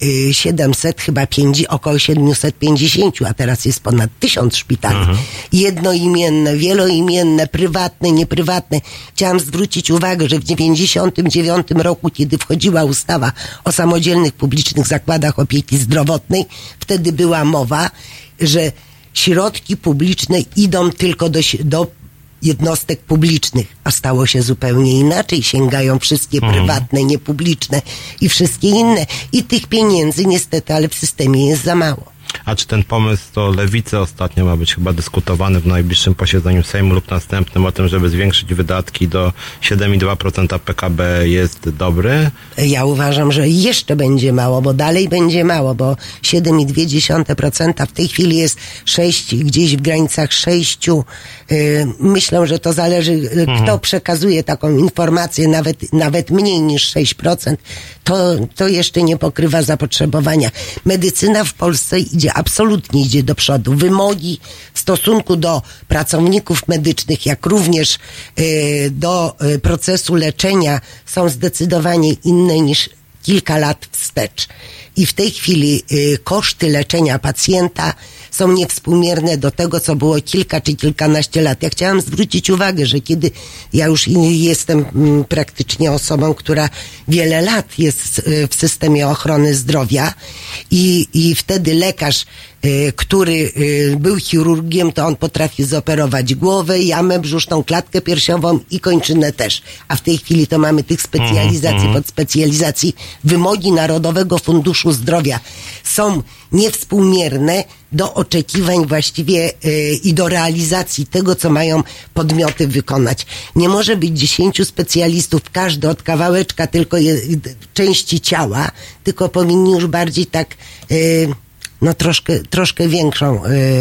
700, około 750, a teraz jest ponad 1000 szpitali. Jednoimienne, wieloimienne, prywatne, nieprywatne. Chciałam zwrócić uwagę, że w 99 roku, kiedy wchodziła ustawa o samodzielnych publicznych zakładach opieki zdrowotnej, wtedy była mowa, że środki publiczne idą tylko do jednostek publicznych, a stało się zupełnie inaczej. Sięgają wszystkie prywatne, niepubliczne i wszystkie inne. I tych pieniędzy niestety, ale w systemie jest za mało. A czy ten pomysł to Lewicy ostatnio ma być chyba dyskutowany w najbliższym posiedzeniu Sejmu lub następnym o tym, żeby zwiększyć wydatki do 7,2% PKB jest dobry? Ja uważam, że jeszcze będzie mało, bo dalej będzie mało, bo 7,2% w tej chwili jest 6, gdzieś w granicach 6. Myślę, że to zależy, kto przekazuje taką informację, nawet mniej niż 6%. To jeszcze nie pokrywa zapotrzebowania. Medycyna w Polsce absolutnie idzie do przodu. Wymogi w stosunku do pracowników medycznych, jak również do procesu leczenia są zdecydowanie inne niż kilka lat wstecz. I w tej chwili koszty leczenia pacjenta są niewspółmierne do tego, co było kilka czy kilkanaście lat. Ja chciałam zwrócić uwagę, że kiedy ja już jestem praktycznie osobą, która wiele lat jest w systemie ochrony zdrowia i wtedy lekarz, który był chirurgiem, to on potrafi zoperować głowę, jamę brzuszną, klatkę piersiową i kończynę też. A w tej chwili to mamy tych specjalizacji, podspecjalizacji. Wymogi Narodowego Funduszu Zdrowia są niewspółmierne do oczekiwań właściwie i do realizacji tego, co mają podmioty wykonać. Nie może być 10 specjalistów, każdy od kawałeczka tylko części ciała, tylko powinni już bardziej tak troszkę większą,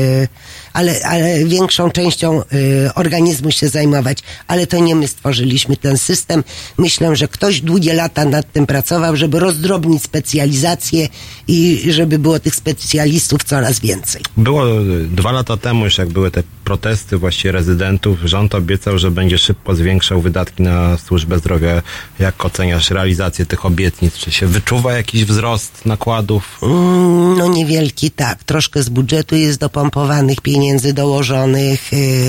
ale większą częścią organizmu się zajmować. Ale to nie my stworzyliśmy ten system. Myślę, że ktoś długie lata nad tym pracował, żeby rozdrobnić specjalizację i żeby było tych specjalistów coraz więcej. Było 2 lata temu już, jak były te protesty właściwie rezydentów, rząd obiecał, że będzie szybko zwiększał wydatki na służbę zdrowia. Jak oceniasz realizację tych obietnic? Czy się wyczuwa jakiś wzrost nakładów? No niewielki, tak. Troszkę z budżetu jest dopompowanych pieniędzy dołożonych,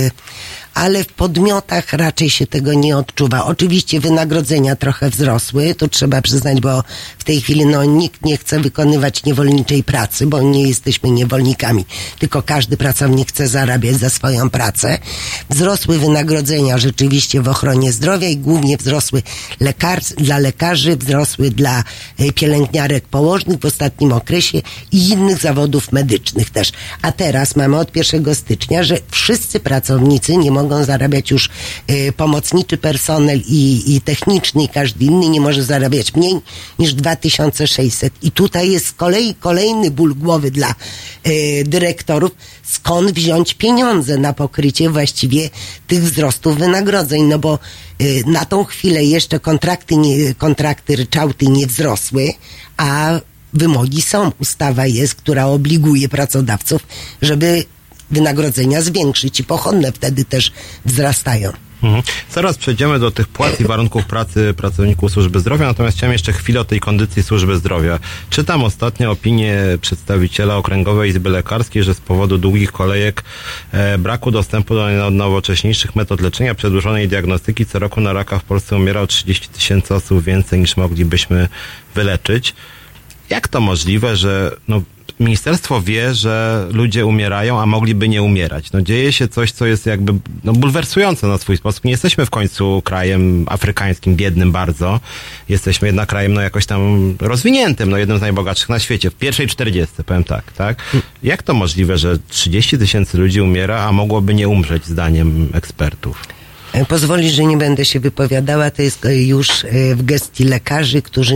ale w podmiotach raczej się tego nie odczuwa. Oczywiście wynagrodzenia trochę wzrosły, to trzeba przyznać, bo w tej chwili nikt nie chce wykonywać niewolniczej pracy, bo nie jesteśmy niewolnikami, tylko każdy pracownik chce zarabiać za swoją pracę. Wzrosły wynagrodzenia rzeczywiście w ochronie zdrowia i głównie wzrosły dla lekarzy, wzrosły dla pielęgniarek, położnych w ostatnim okresie i innych zawodów medycznych też. A teraz mamy od 1 stycznia, że wszyscy pracownicy nie mogą zarabiać już pomocniczy personel i techniczny i każdy inny nie może zarabiać mniej niż 2600. I tutaj jest z kolei kolejny ból głowy dla dyrektorów, skąd wziąć pieniądze na pokrycie właściwie tych wzrostów wynagrodzeń, no bo na tą chwilę jeszcze kontrakty ryczałty nie wzrosły, a wymogi są. Ustawa jest, która obliguje pracodawców, żeby wynagrodzenia zwiększyć i pochodne wtedy też wzrastają. Zaraz przejdziemy do tych płac i warunków pracy pracowników służby zdrowia, natomiast chciałem jeszcze chwilę o tej kondycji służby zdrowia. Czytam ostatnio opinię przedstawiciela Okręgowej Izby Lekarskiej, że z powodu długich kolejek, braku dostępu do nowocześniejszych metod leczenia, przedłużonej diagnostyki, co roku na raka w Polsce umiera o 30 000 osób więcej niż moglibyśmy wyleczyć. Jak to możliwe, że ministerstwo wie, że ludzie umierają, a mogliby nie umierać? Dzieje się coś, co jest jakby bulwersujące na swój sposób. Nie jesteśmy w końcu krajem afrykańskim, biednym bardzo. Jesteśmy jednak krajem jakoś tam rozwiniętym, jednym z najbogatszych na świecie. W pierwszej 40, powiem tak? Jak to możliwe, że 30 000 ludzi umiera, a mogłoby nie umrzeć, zdaniem ekspertów? Pozwolisz, że nie będę się wypowiadała, to jest już w gestii lekarzy, którzy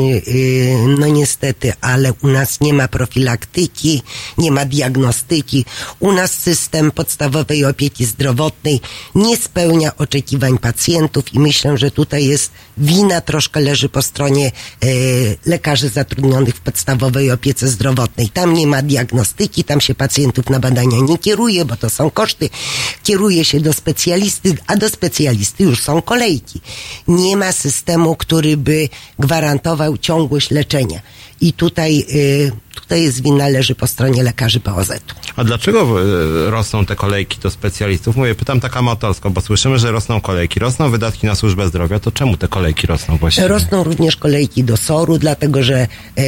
niestety, ale u nas nie ma profilaktyki, nie ma diagnostyki. U nas system podstawowej opieki zdrowotnej nie spełnia oczekiwań pacjentów i myślę, że tutaj jest wina troszkę leży po stronie lekarzy zatrudnionych w podstawowej opiece zdrowotnej. Tam nie ma diagnostyki, tam się pacjentów na badania nie kieruje, bo to są koszty. Kieruje się do specjalisty, a do specjalisty już są kolejki. Nie ma systemu, który by gwarantował ciągłość leczenia. I tutaj jest wina leży po stronie lekarzy POZ-u. A dlaczego rosną te kolejki do specjalistów? Pytam tak amatorsko, bo słyszymy, że rosną kolejki, rosną wydatki na służbę zdrowia, to czemu te kolejki rosną właściwie? Rosną również kolejki do SOR-u, dlatego że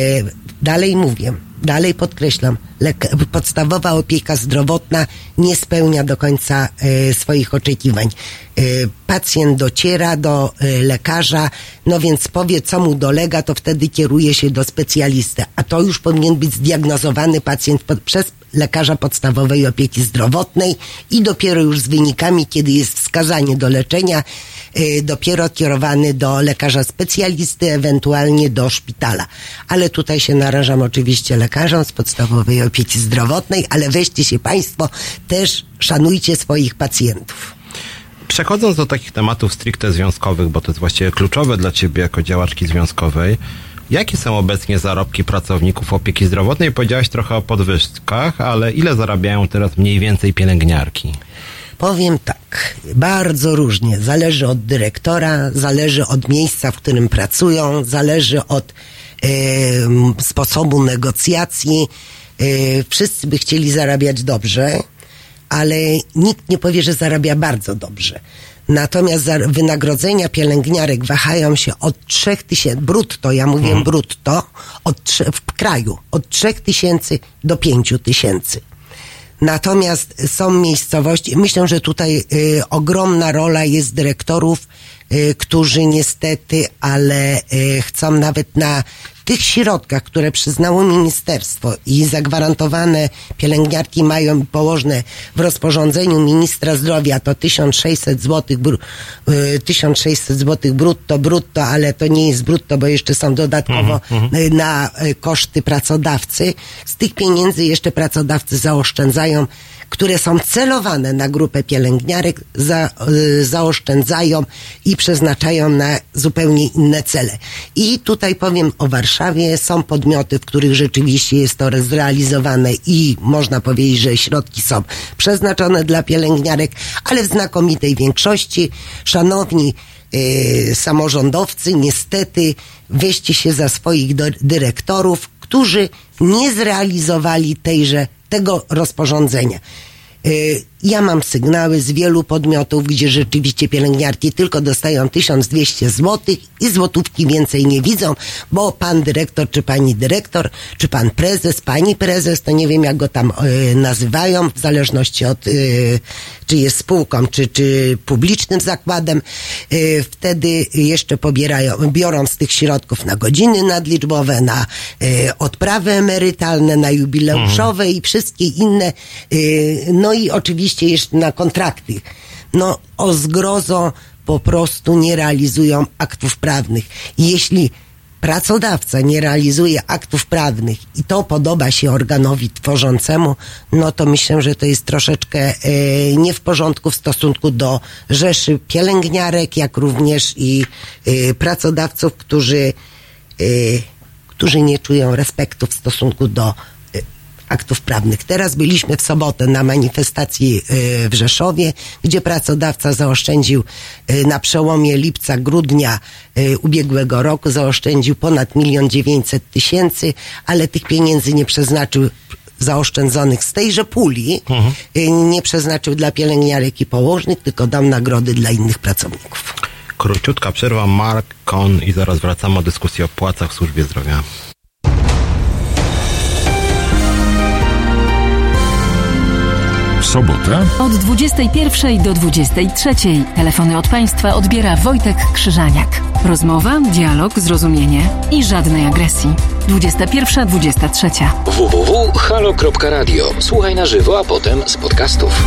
dalej podkreślam, podstawowa opieka zdrowotna nie spełnia do końca swoich oczekiwań. Pacjent dociera do lekarza, więc powie, co mu dolega, to wtedy kieruje się do specjalisty, a to już powinien być zdiagnozowany pacjent przez lekarza podstawowej opieki zdrowotnej i dopiero już z wynikami, kiedy jest wskazanie do leczenia, dopiero kierowany do lekarza specjalisty, ewentualnie do szpitala. Ale tutaj się narażam oczywiście lekarzom z podstawowej opieki zdrowotnej, ale weźcie się Państwo, też szanujcie swoich pacjentów. Przechodząc do takich tematów stricte związkowych, bo to jest właściwie kluczowe dla Ciebie jako działaczki związkowej, jakie są obecnie zarobki pracowników opieki zdrowotnej? Powiedziałaś trochę o podwyżkach, ale ile zarabiają teraz mniej więcej pielęgniarki? Powiem tak, bardzo różnie. Zależy od dyrektora, zależy od miejsca, w którym pracują, zależy od sposobu negocjacji. Wszyscy by chcieli zarabiać dobrze, ale nikt nie powie, że zarabia bardzo dobrze. Natomiast wynagrodzenia pielęgniarek wahają się od 3000 brutto, ja mówię brutto, w kraju, od 3000 do 5000. Natomiast są miejscowości, myślę, że tutaj ogromna rola jest dyrektorów, którzy niestety, ale chcą nawet na tych środkach, które przyznało ministerstwo i zagwarantowane pielęgniarki mają położne w rozporządzeniu ministra zdrowia, to 1600 zł, 1600 zł brutto, ale to nie jest brutto, bo jeszcze są dodatkowo na koszty pracodawcy. Z tych pieniędzy jeszcze pracodawcy zaoszczędzają, które są celowane na grupę pielęgniarek, zaoszczędzają i przeznaczają na zupełnie inne cele. I tutaj powiem o Warszawie. Są podmioty, w których rzeczywiście jest to zrealizowane i można powiedzieć, że środki są przeznaczone dla pielęgniarek, ale w znakomitej większości, szanowni samorządowcy, niestety weźcie się za swoich dyrektorów, którzy nie zrealizowali tego rozporządzenia. Ja mam sygnały z wielu podmiotów, gdzie rzeczywiście pielęgniarki tylko dostają 1200 zł i złotówki więcej nie widzą, bo pan dyrektor, czy pani dyrektor, czy pan prezes, pani prezes, to nie wiem jak go tam nazywają, w zależności od czy jest spółką, czy publicznym zakładem, wtedy jeszcze biorą z tych środków na godziny nadliczbowe, na odprawy emerytalne, na jubileuszowe i wszystkie inne, no i oczywiście jeszcze na kontrakty. No o zgrozo po prostu nie realizują aktów prawnych. Jeśli pracodawca nie realizuje aktów prawnych i to podoba się organowi tworzącemu, no to myślę, że to jest troszeczkę nie w porządku w stosunku do rzeszy pielęgniarek, jak również i pracodawców, którzy nie czują respektu w stosunku do aktów prawnych. Teraz byliśmy w sobotę na manifestacji w Rzeszowie, gdzie pracodawca zaoszczędził na przełomie lipca-grudnia ubiegłego roku, zaoszczędził ponad 1 900 000, ale tych pieniędzy nie przeznaczył zaoszczędzonych z tejże puli, nie przeznaczył dla pielęgniarek i położnych, tylko dał nagrody dla innych pracowników. Króciutka przerwa, Mark Kohn i zaraz wracamy o dyskusji o płacach w służbie zdrowia. W sobotę od 21 do 23 telefony od Państwa odbiera Wojtek Krzyżaniak. Rozmowa, dialog, zrozumienie i żadnej agresji. 21-23. www.halo.radio. Słuchaj na żywo, a potem z podcastów.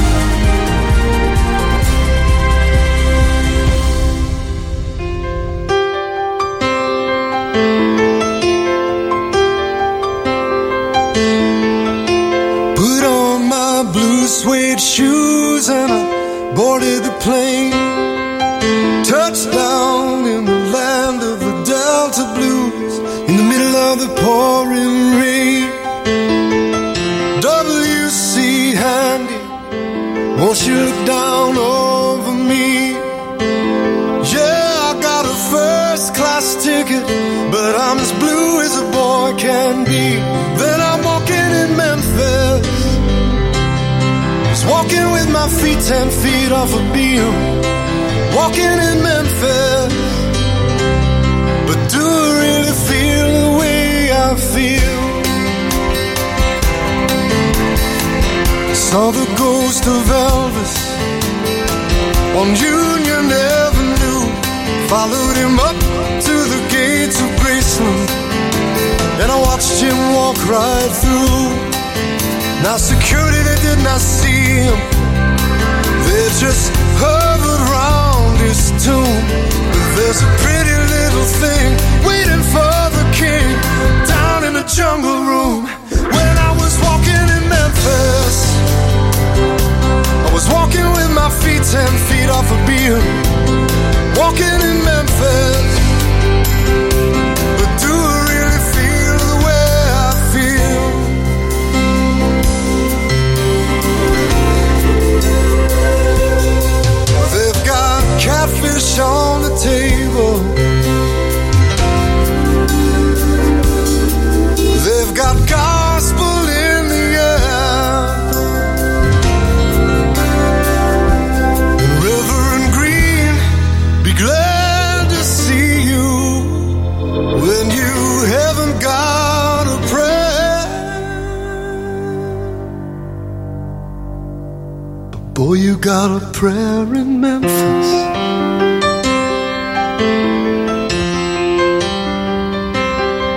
Blue suede shoes and I boarded the plane. Touchdown in the land of the Delta Blues, in the middle of the pouring rain. W.C. Handy, won't you look down over me? Yeah, I got a first class ticket, but I'm as blue as a boy can be. Then I'm walking in Memphis, walking with my feet 10 feet off a beam, walking in Memphis, but do I really feel the way I feel? Saw the ghost of Elvis on Union Avenue, followed him up to the gates of Graceland, and I watched him walk right through. Now security, they did not see him, they just hovered around his tomb. But there's a pretty little thing waiting for the king down in the jungle room. When I was walking in Memphis, I was walking with my feet 10 feet off a beam, walking in Memphis, but do I really feel the way I feel? Catfish on the table, they've got gospel in the air, and Reverend Green, be glad to see you when you haven't got a prayer. But boy, you got a prayer in Memphis.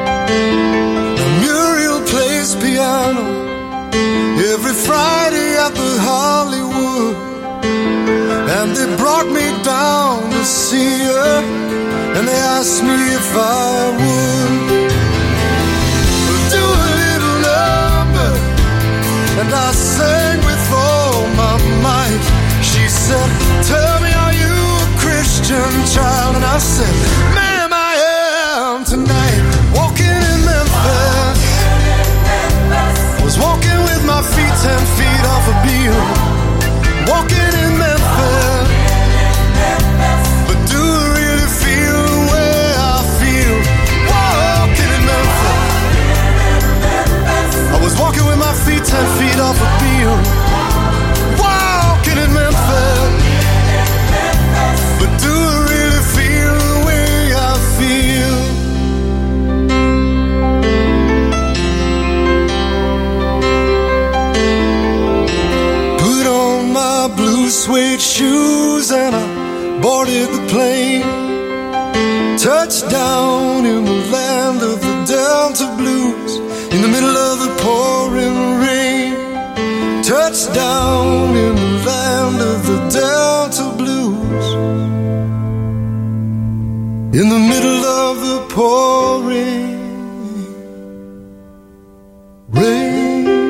see her, and they asked me if I would do a little number, and I sang with all my might. She said, tell me, are you a Christian child? And I said, ma'am, I am tonight. Walking in Memphis, was walking with my feet 10 feet off a Beale. Walking in Memphis, but do I really feel the way I feel? Walking in Memphis, I was walking with my feet 10 feet off a Beale. Walking in Memphis, but do I really feel the way I feel? Put on my blue suede shoes and I boarded the plane. Touched down in the land of the Delta Blues, in the middle of the pouring rain. Touched down in the land of the Delta Blues, in the middle of the pouring rain.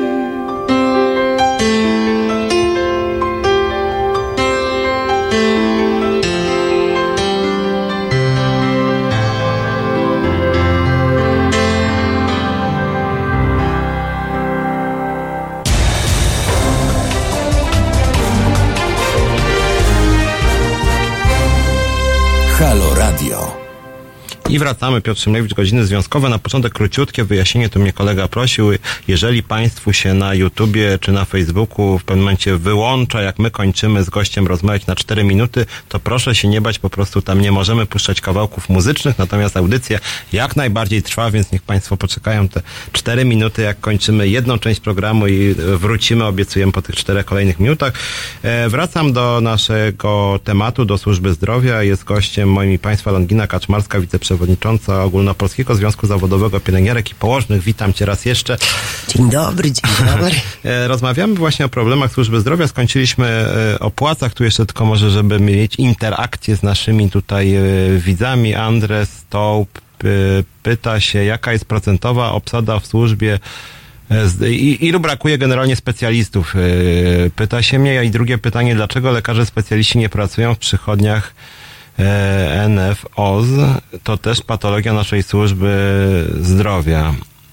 Halo Radio. I wracamy, Piotr Szymlewicz, godziny związkowe. Na początek króciutkie wyjaśnienie, tu mnie kolega prosił. Jeżeli Państwu się na YouTubie czy na Facebooku w pewnym momencie wyłącza, jak my kończymy z gościem rozmawiać na 4 minuty, to proszę się nie bać, po prostu tam nie możemy puszczać kawałków muzycznych, natomiast audycja jak najbardziej trwa, więc niech Państwo poczekają te 4 minuty, jak kończymy jedną część programu i wrócimy, obiecujemy, po tych 4 kolejnych minutach. Wracam do naszego tematu, do służby zdrowia. Jest gościem moim i Państwa Longina Kaczmarska, wiceprzewodnicząca Ogólnopolskiego Związku Zawodowego Pielęgniarek i Położnych. Witam Cię raz jeszcze. Dzień dobry, dzień dobry. Rozmawiamy właśnie o problemach służby zdrowia. Skończyliśmy o płacach. Tu jeszcze tylko może, żeby mieć interakcję z naszymi tutaj widzami. Andres Stołp pyta się, jaka jest procentowa obsada w służbie ilu brakuje generalnie specjalistów? Pyta się mnie. I drugie pytanie, dlaczego lekarze specjaliści nie pracują w przychodniach NFOZ? To też patologia naszej służby zdrowia.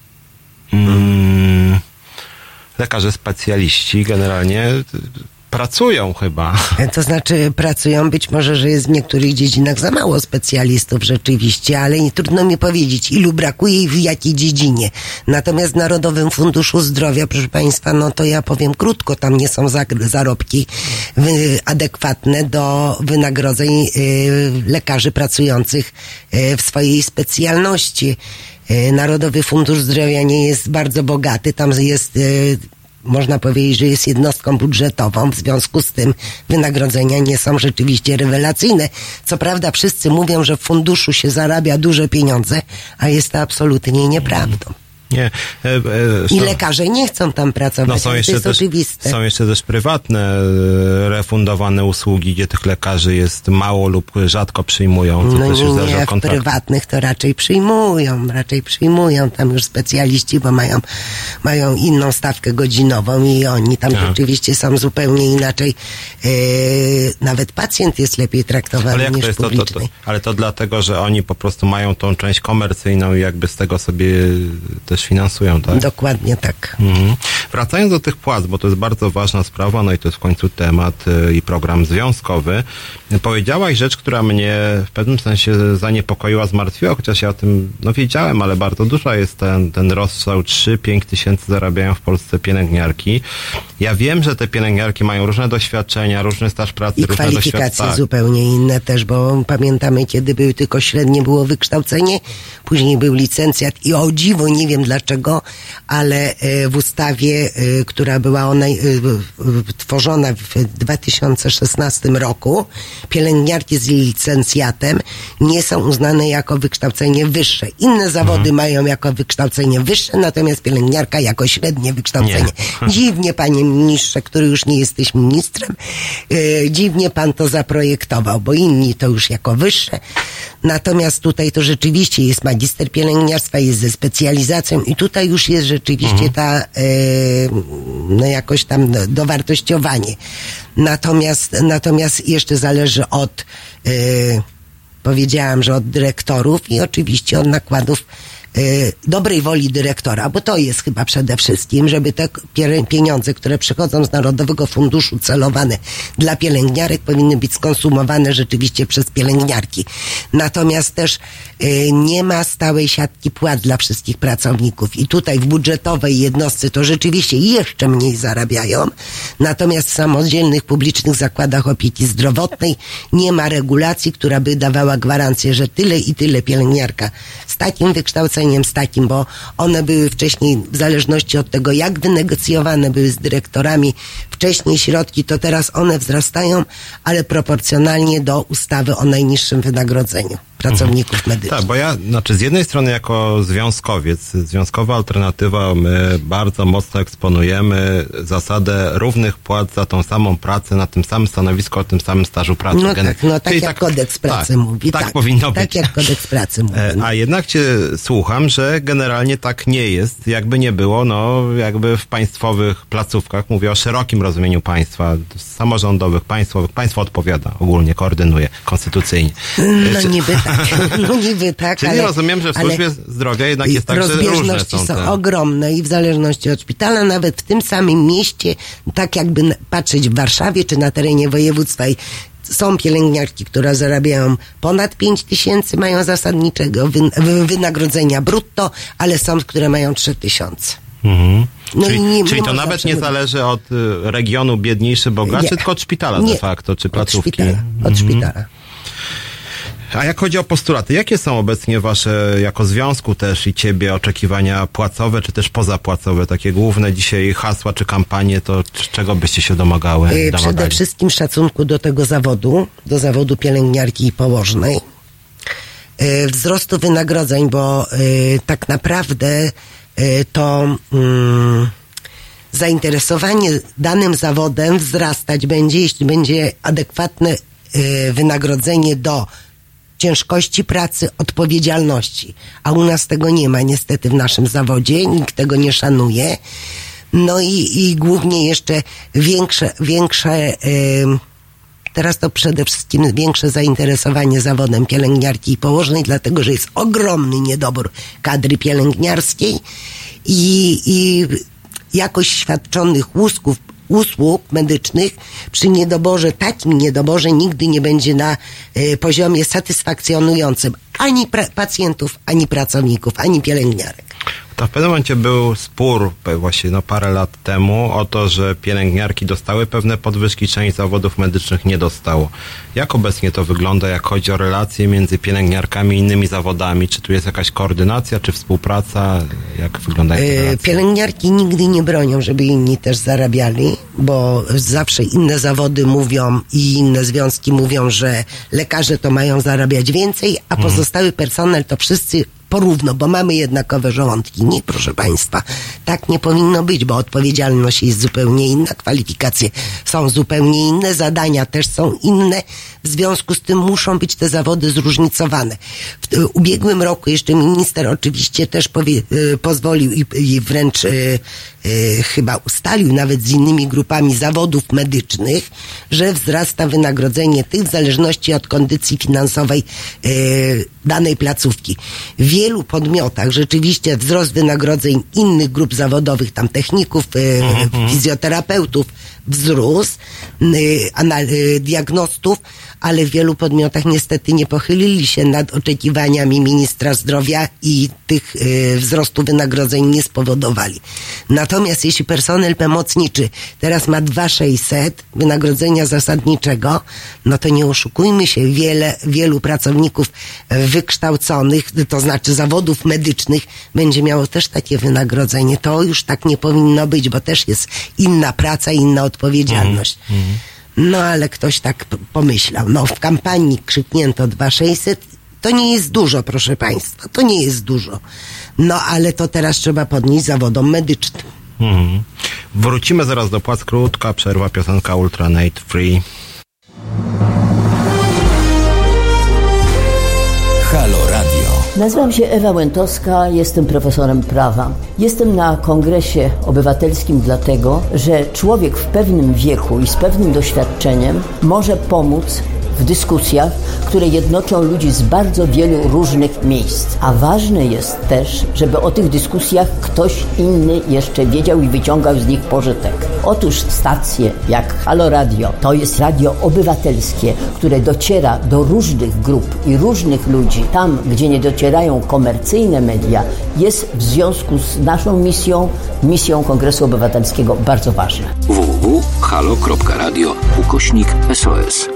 Lekarze specjaliści generalnie pracują chyba. To znaczy pracują, być może, że jest w niektórych dziedzinach za mało specjalistów rzeczywiście, ale nie trudno mi powiedzieć, ilu brakuje i w jakiej dziedzinie. Natomiast w Narodowym Funduszu Zdrowia, proszę Państwa, no to ja powiem krótko, tam nie są zarobki adekwatne do wynagrodzeń lekarzy pracujących w swojej specjalności. Narodowy Fundusz Zdrowia nie jest bardzo bogaty, tam jest można powiedzieć, że jest jednostką budżetową, w związku z tym wynagrodzenia nie są rzeczywiście rewelacyjne. Co prawda wszyscy mówią, że w funduszu się zarabia duże pieniądze, a jest to absolutnie nieprawdą. Nie. I lekarze nie chcą tam pracować, no, to jest oczywiste. Są jeszcze też prywatne, refundowane usługi, gdzie tych lekarzy jest mało lub rzadko przyjmują. No nie, w prywatnych to raczej przyjmują tam już specjaliści, bo mają inną stawkę godzinową i oni tam rzeczywiście są zupełnie inaczej. Nawet pacjent jest lepiej traktowany niż publiczny. Ale to dlatego, że oni po prostu mają tą część komercyjną i jakby z tego sobie też finansują, tak? Dokładnie tak. Wracając do tych płac, bo to jest bardzo ważna sprawa, no i to jest w końcu temat i program związkowy. Powiedziałaś rzecz, która mnie w pewnym sensie zaniepokoiła, zmartwiła, chociaż ja o tym wiedziałem, ale bardzo duża jest ten rozstrzał. 3-5 tysięcy zarabiają w Polsce pielęgniarki. Ja wiem, że te pielęgniarki mają różne doświadczenia, różny staż pracy, i kwalifikacje zupełnie inne też, bo pamiętamy, kiedy były tylko średnie było wykształcenie, później był licencjat i o dziwo, nie wiem dlaczego, ale w ustawie ustawie, która była tworzona w 2016 roku, pielęgniarki z licencjatem nie są uznane jako wykształcenie wyższe. Inne zawody mają jako wykształcenie wyższe, natomiast pielęgniarka jako średnie wykształcenie. Dziwnie, panie ministrze, który już nie jesteś ministrem, dziwnie pan to zaprojektował, bo inni to już jako wyższe. Natomiast tutaj to rzeczywiście jest magister pielęgniarstwa, jest ze specjalizacją i tutaj już jest rzeczywiście ta jakoś tam dowartościowanie. Natomiast jeszcze zależy od powiedziałam, że od dyrektorów i oczywiście od nakładów dobrej woli dyrektora, bo to jest chyba przede wszystkim, żeby te pieniądze, które przychodzą z Narodowego Funduszu celowane dla pielęgniarek, powinny być skonsumowane rzeczywiście przez pielęgniarki. Natomiast też nie ma stałej siatki płac dla wszystkich pracowników i tutaj w budżetowej jednostce to rzeczywiście jeszcze mniej zarabiają, natomiast w samodzielnych publicznych zakładach opieki zdrowotnej nie ma regulacji, która by dawała gwarancję, że tyle i tyle pielęgniarka z takim wykształceniem, z takim, bo one były wcześniej, w zależności od tego, jak wynegocjowane były z dyrektorami wcześniej środki, to teraz one wzrastają, ale proporcjonalnie do ustawy o najniższym wynagrodzeniu pracowników medycznych. Tak, bo z jednej strony jako związkowiec, Związkowa Alternatywa, my bardzo mocno eksponujemy zasadę równych płac za tą samą pracę, na tym samym stanowisku, o tym samym stażu pracy. Tak jak kodeks pracy mówi. Tak powinno być. Tak jak kodeks pracy mówi. A jednak cię słucham, że generalnie tak nie jest. Jakby nie było, jakby w państwowych placówkach, mówię o szerokim rozumieniu państwa, samorządowych, państwowych, państwo odpowiada, ogólnie koordynuje, konstytucyjnie. Niby tak, czyli rozumiem, że w służbie zdrowia jednak jest tak, że różne są ogromne i w zależności od szpitala, nawet w tym samym mieście, tak jakby patrzeć w Warszawie czy na terenie województwa, są pielęgniarki, które zarabiają ponad 5 000, mają zasadniczego wynagrodzenia brutto, ale są, które mają 3 000. Czyli to nawet nie zależy od regionu biedniejszy, bogatszy, tylko od szpitala de facto, czy placówki. Od szpitala. A jak chodzi o postulaty, jakie są obecnie wasze, jako związku też i ciebie, oczekiwania płacowe, czy też pozapłacowe, takie główne dzisiaj hasła, czy kampanie, to czego byście się domagali? Przede wszystkim szacunku do tego zawodu, do zawodu pielęgniarki i położnej. Wzrostu wynagrodzeń, bo tak naprawdę to zainteresowanie danym zawodem wzrastać będzie, jeśli będzie adekwatne wynagrodzenie do ciężkości pracy, odpowiedzialności. A u nas tego nie ma niestety w naszym zawodzie, nikt tego nie szanuje. No i głównie jeszcze większe teraz to przede wszystkim większe zainteresowanie zawodem pielęgniarki i położnej, dlatego że jest ogromny niedobór kadry pielęgniarskiej i jakość świadczonych usług medycznych przy takim niedoborze nigdy nie będzie na poziomie satysfakcjonującym ani pacjentów, ani pracowników, ani pielęgniarek. To w pewnym momencie był spór właśnie parę lat temu o to, że pielęgniarki dostały pewne podwyżki, część zawodów medycznych nie dostało. Jak obecnie to wygląda, jak chodzi o relacje między pielęgniarkami i innymi zawodami? Czy tu jest jakaś koordynacja, czy współpraca? Jak wyglądają te relacje? Pielęgniarki nigdy nie bronią, żeby inni też zarabiali, bo zawsze inne zawody mówią i inne związki mówią, że lekarze to mają zarabiać więcej, a pozostały personel to wszyscy porówno, bo mamy jednakowe żołądki. Nie, proszę państwa, tak nie powinno być, bo odpowiedzialność jest zupełnie inna, kwalifikacje są zupełnie inne, zadania też są inne, w związku z tym muszą być te zawody zróżnicowane. W ubiegłym roku jeszcze minister oczywiście też pozwolił i wręcz chyba ustalił nawet z innymi grupami zawodów medycznych, że wzrasta wynagrodzenie tych w zależności od kondycji finansowej danej placówki. W wielu podmiotach rzeczywiście wzrost wynagrodzeń innych grup zawodowych, tam techników, fizjoterapeutów wzrósł, diagnostów, ale w wielu podmiotach niestety nie pochylili się nad oczekiwaniami ministra zdrowia i tych wzrostu wynagrodzeń nie spowodowali. Natomiast jeśli personel pomocniczy teraz ma 2600 wynagrodzenia zasadniczego, no to nie oszukujmy się, wielu pracowników wykształconych, to znaczy zawodów medycznych, będzie miało też takie wynagrodzenie. To już tak nie powinno być, bo też jest inna praca, inna odpowiedzialność. No ale ktoś tak pomyślał. No w kampanii krzyknięto 2600, to nie jest dużo, proszę Państwa, to nie jest dużo. No ale to teraz trzeba podnieść zawodom medycznym. Wrócimy zaraz do płac, krótka przerwa, piosenka Ultra Night Free. Halo Radio. Nazywam się Ewa Łętowska, jestem profesorem prawa. Jestem na kongresie obywatelskim dlatego, że człowiek w pewnym wieku i z pewnym doświadczeniem może pomóc w dyskusjach, które jednoczą ludzi z bardzo wielu różnych miejsc. A ważne jest też, żeby o tych dyskusjach ktoś inny jeszcze wiedział i wyciągał z nich pożytek. Otóż stacje jak Halo Radio to jest radio obywatelskie, które dociera do różnych grup i różnych ludzi. Tam, gdzie nie docierają komercyjne media, jest w związku z naszą misją Kongresu Obywatelskiego bardzo ważne. www.halo.radio/SOS.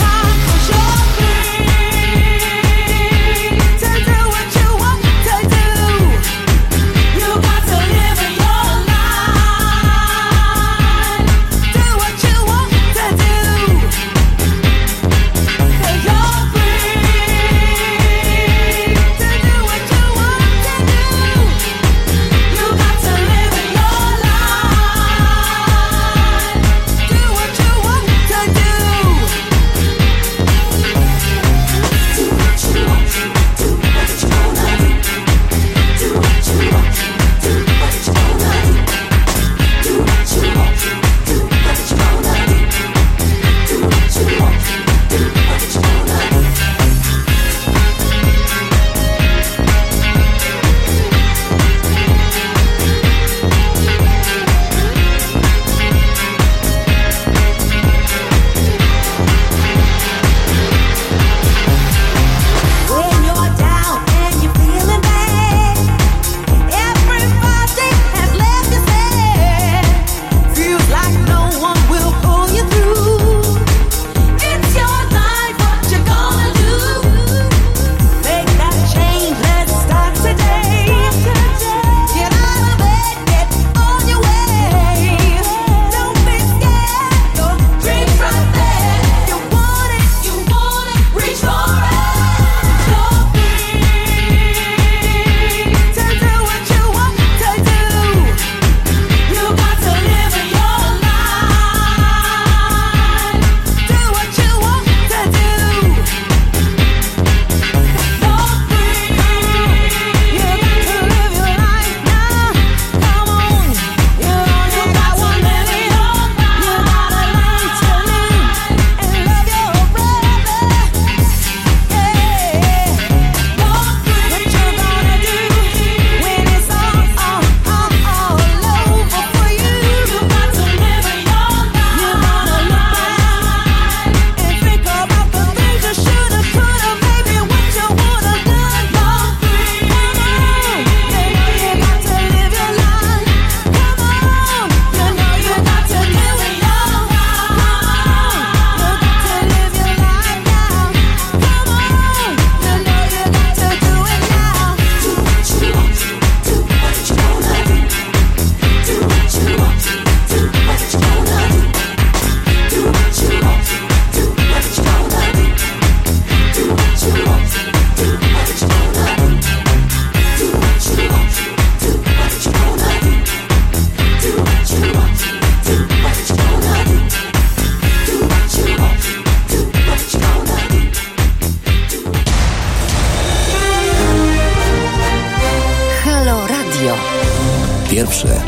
To do what you want to do.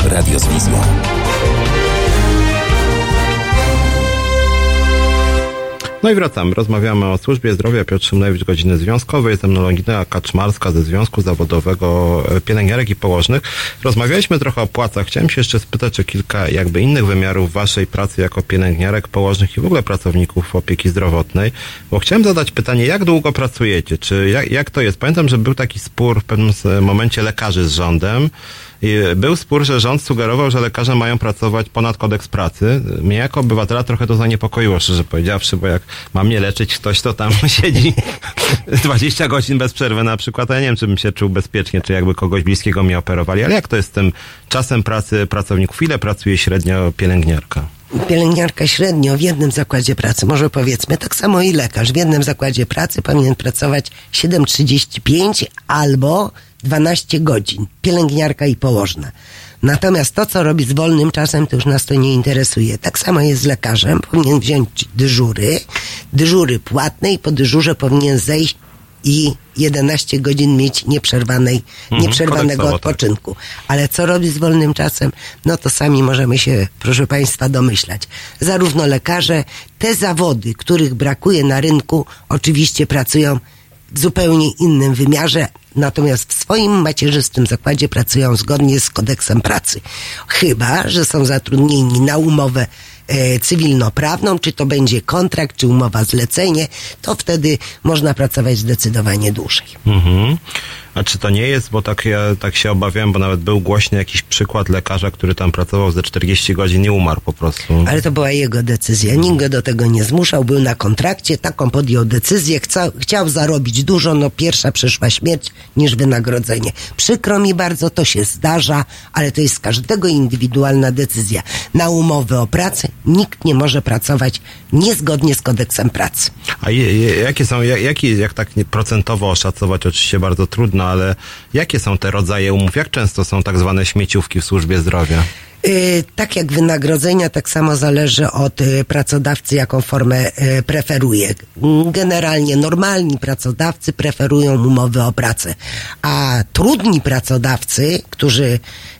Radio z wizją. No i wracamy. Rozmawiamy o służbie zdrowia. Piotr Szymlewicz, Godziny Związkowe. Jest ze mną Longyna Kaczmarska ze Związku Zawodowego Pielęgniarek i Położnych. Rozmawialiśmy trochę o płacach. Chciałem się jeszcze spytać o kilka jakby innych wymiarów waszej pracy jako pielęgniarek, położnych i w ogóle pracowników opieki zdrowotnej. Bo chciałem zadać pytanie, jak długo pracujecie? Czy jak to jest? Pamiętam, że był taki spór w pewnym momencie lekarzy z rządem. I był spór, że rząd sugerował, że lekarze mają pracować ponad kodeks pracy. Mnie jako obywatela trochę to zaniepokoiło, szczerze powiedziawszy, bo jak ma mnie leczyć ktoś, to tam siedzi 20 godzin bez przerwy na przykład, a ja nie wiem, czy bym się czuł bezpiecznie, czy jakby kogoś bliskiego mnie operowali, ale jak to jest z tym czasem pracy pracowników? Ile pracuje średnio pielęgniarka? Pielęgniarka średnio w jednym zakładzie pracy, może powiedzmy, tak samo i lekarz w jednym zakładzie pracy powinien pracować 7,35 albo 12 godzin. Pielęgniarka i położna. Natomiast to, co robi z wolnym czasem, to już nas to nie interesuje. Tak samo jest z lekarzem. Powinien wziąć dyżury płatne i po dyżurze powinien zejść i 11 godzin mieć nieprzerwanego odpoczynku. Ale co robi z wolnym czasem? No to sami możemy się, proszę Państwa, domyślać. Zarówno lekarze, te zawody, których brakuje na rynku, oczywiście pracują w zupełnie innym wymiarze, natomiast w swoim macierzystym zakładzie pracują zgodnie z kodeksem pracy. Chyba że są zatrudnieni na umowę cywilnoprawną, czy to będzie kontrakt, czy umowa zlecenie, to wtedy można pracować zdecydowanie dłużej. A czy to nie jest, bo tak się obawiałem, bo nawet był głośny jakiś przykład lekarza, który tam pracował ze 40 godzin i umarł po prostu. Ale to była jego decyzja. Nikt go do tego nie zmuszał, był na kontrakcie, taką podjął decyzję, chciał zarobić dużo, no pierwsza przyszła śmierć niż wynagrodzenie. Przykro mi bardzo, to się zdarza, ale to jest każdego indywidualna decyzja. Na umowę o pracę nikt nie może pracować niezgodnie z kodeksem pracy. A jakie są, jak tak procentowo oszacować, oczywiście bardzo trudno, ale jakie są te rodzaje umów? Jak często są tak zwane śmieciówki w służbie zdrowia? Tak jak wynagrodzenia, tak samo zależy od pracodawcy, jaką formę preferuje. Generalnie normalni pracodawcy preferują umowy o pracę, a trudni pracodawcy, którzy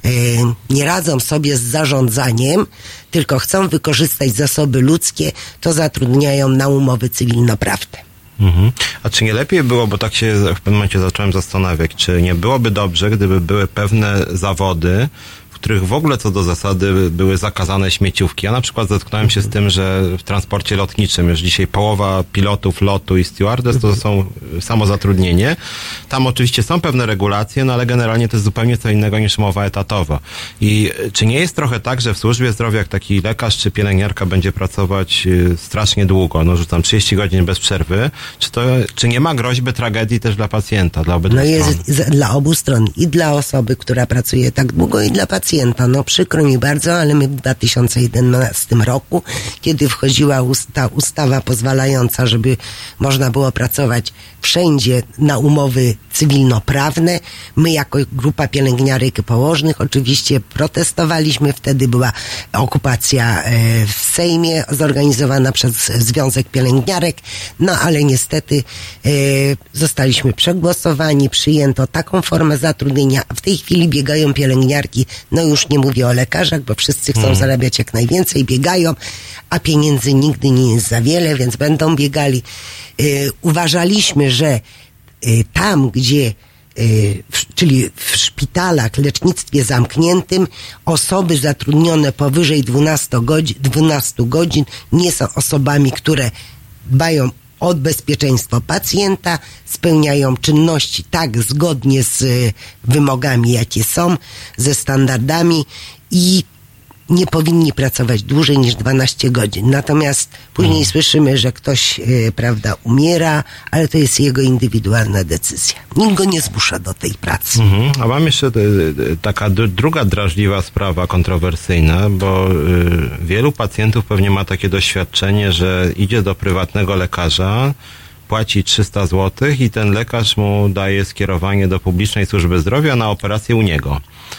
nie radzą sobie z zarządzaniem, tylko chcą wykorzystać zasoby ludzkie, to zatrudniają na umowy cywilnoprawne. A czy nie lepiej było, bo tak się w pewnym momencie zacząłem zastanawiać, czy nie byłoby dobrze, gdyby były pewne zawody, w których w ogóle co do zasady były zakazane śmieciówki. Ja na przykład zetknąłem się z tym, że w transporcie lotniczym już dzisiaj połowa pilotów lotu i stewardess to są samozatrudnienie. Tam oczywiście są pewne regulacje, no ale generalnie to jest zupełnie co innego niż umowa etatowa. I czy nie jest trochę tak, że w służbie zdrowia jak taki lekarz czy pielęgniarka będzie pracować strasznie długo, no rzucam 30 godzin bez przerwy, czy nie ma groźby tragedii też dla pacjenta, dla obydwu stron? Jest dla obu stron, i dla osoby, która pracuje tak długo, i dla pacjenta. No przykro mi bardzo, ale my w 2011 roku, kiedy wchodziła ta ustawa pozwalająca, żeby można było pracować wszędzie na umowy cywilnoprawne, my jako grupa pielęgniarek i położnych oczywiście protestowaliśmy. Wtedy była okupacja w Sejmie zorganizowana przez Związek Pielęgniarek, no ale niestety zostaliśmy przegłosowani, przyjęto taką formę zatrudnienia. W tej chwili biegają pielęgniarki, no już nie mówię o lekarzach, bo wszyscy chcą zarabiać jak najwięcej, biegają, a pieniędzy nigdy nie jest za wiele, więc będą biegali. Uważaliśmy, że tam, gdzie czyli w szpitalach, lecznictwie zamkniętym, osoby zatrudnione powyżej 12 godzin nie są osobami, które dbają o bezpieczeństwo pacjenta, spełniają czynności tak zgodnie z wymogami, jakie są, ze standardami i nie powinni pracować dłużej niż 12 godzin. Natomiast później słyszymy, że ktoś, umiera, ale to jest jego indywidualna decyzja. Nikt go nie zmusza do tej pracy. A mam jeszcze taka druga drażliwa sprawa, kontrowersyjna, bo wielu pacjentów pewnie ma takie doświadczenie, że idzie do prywatnego lekarza, płaci 300 zł i ten lekarz mu daje skierowanie do publicznej służby zdrowia na operację u niego.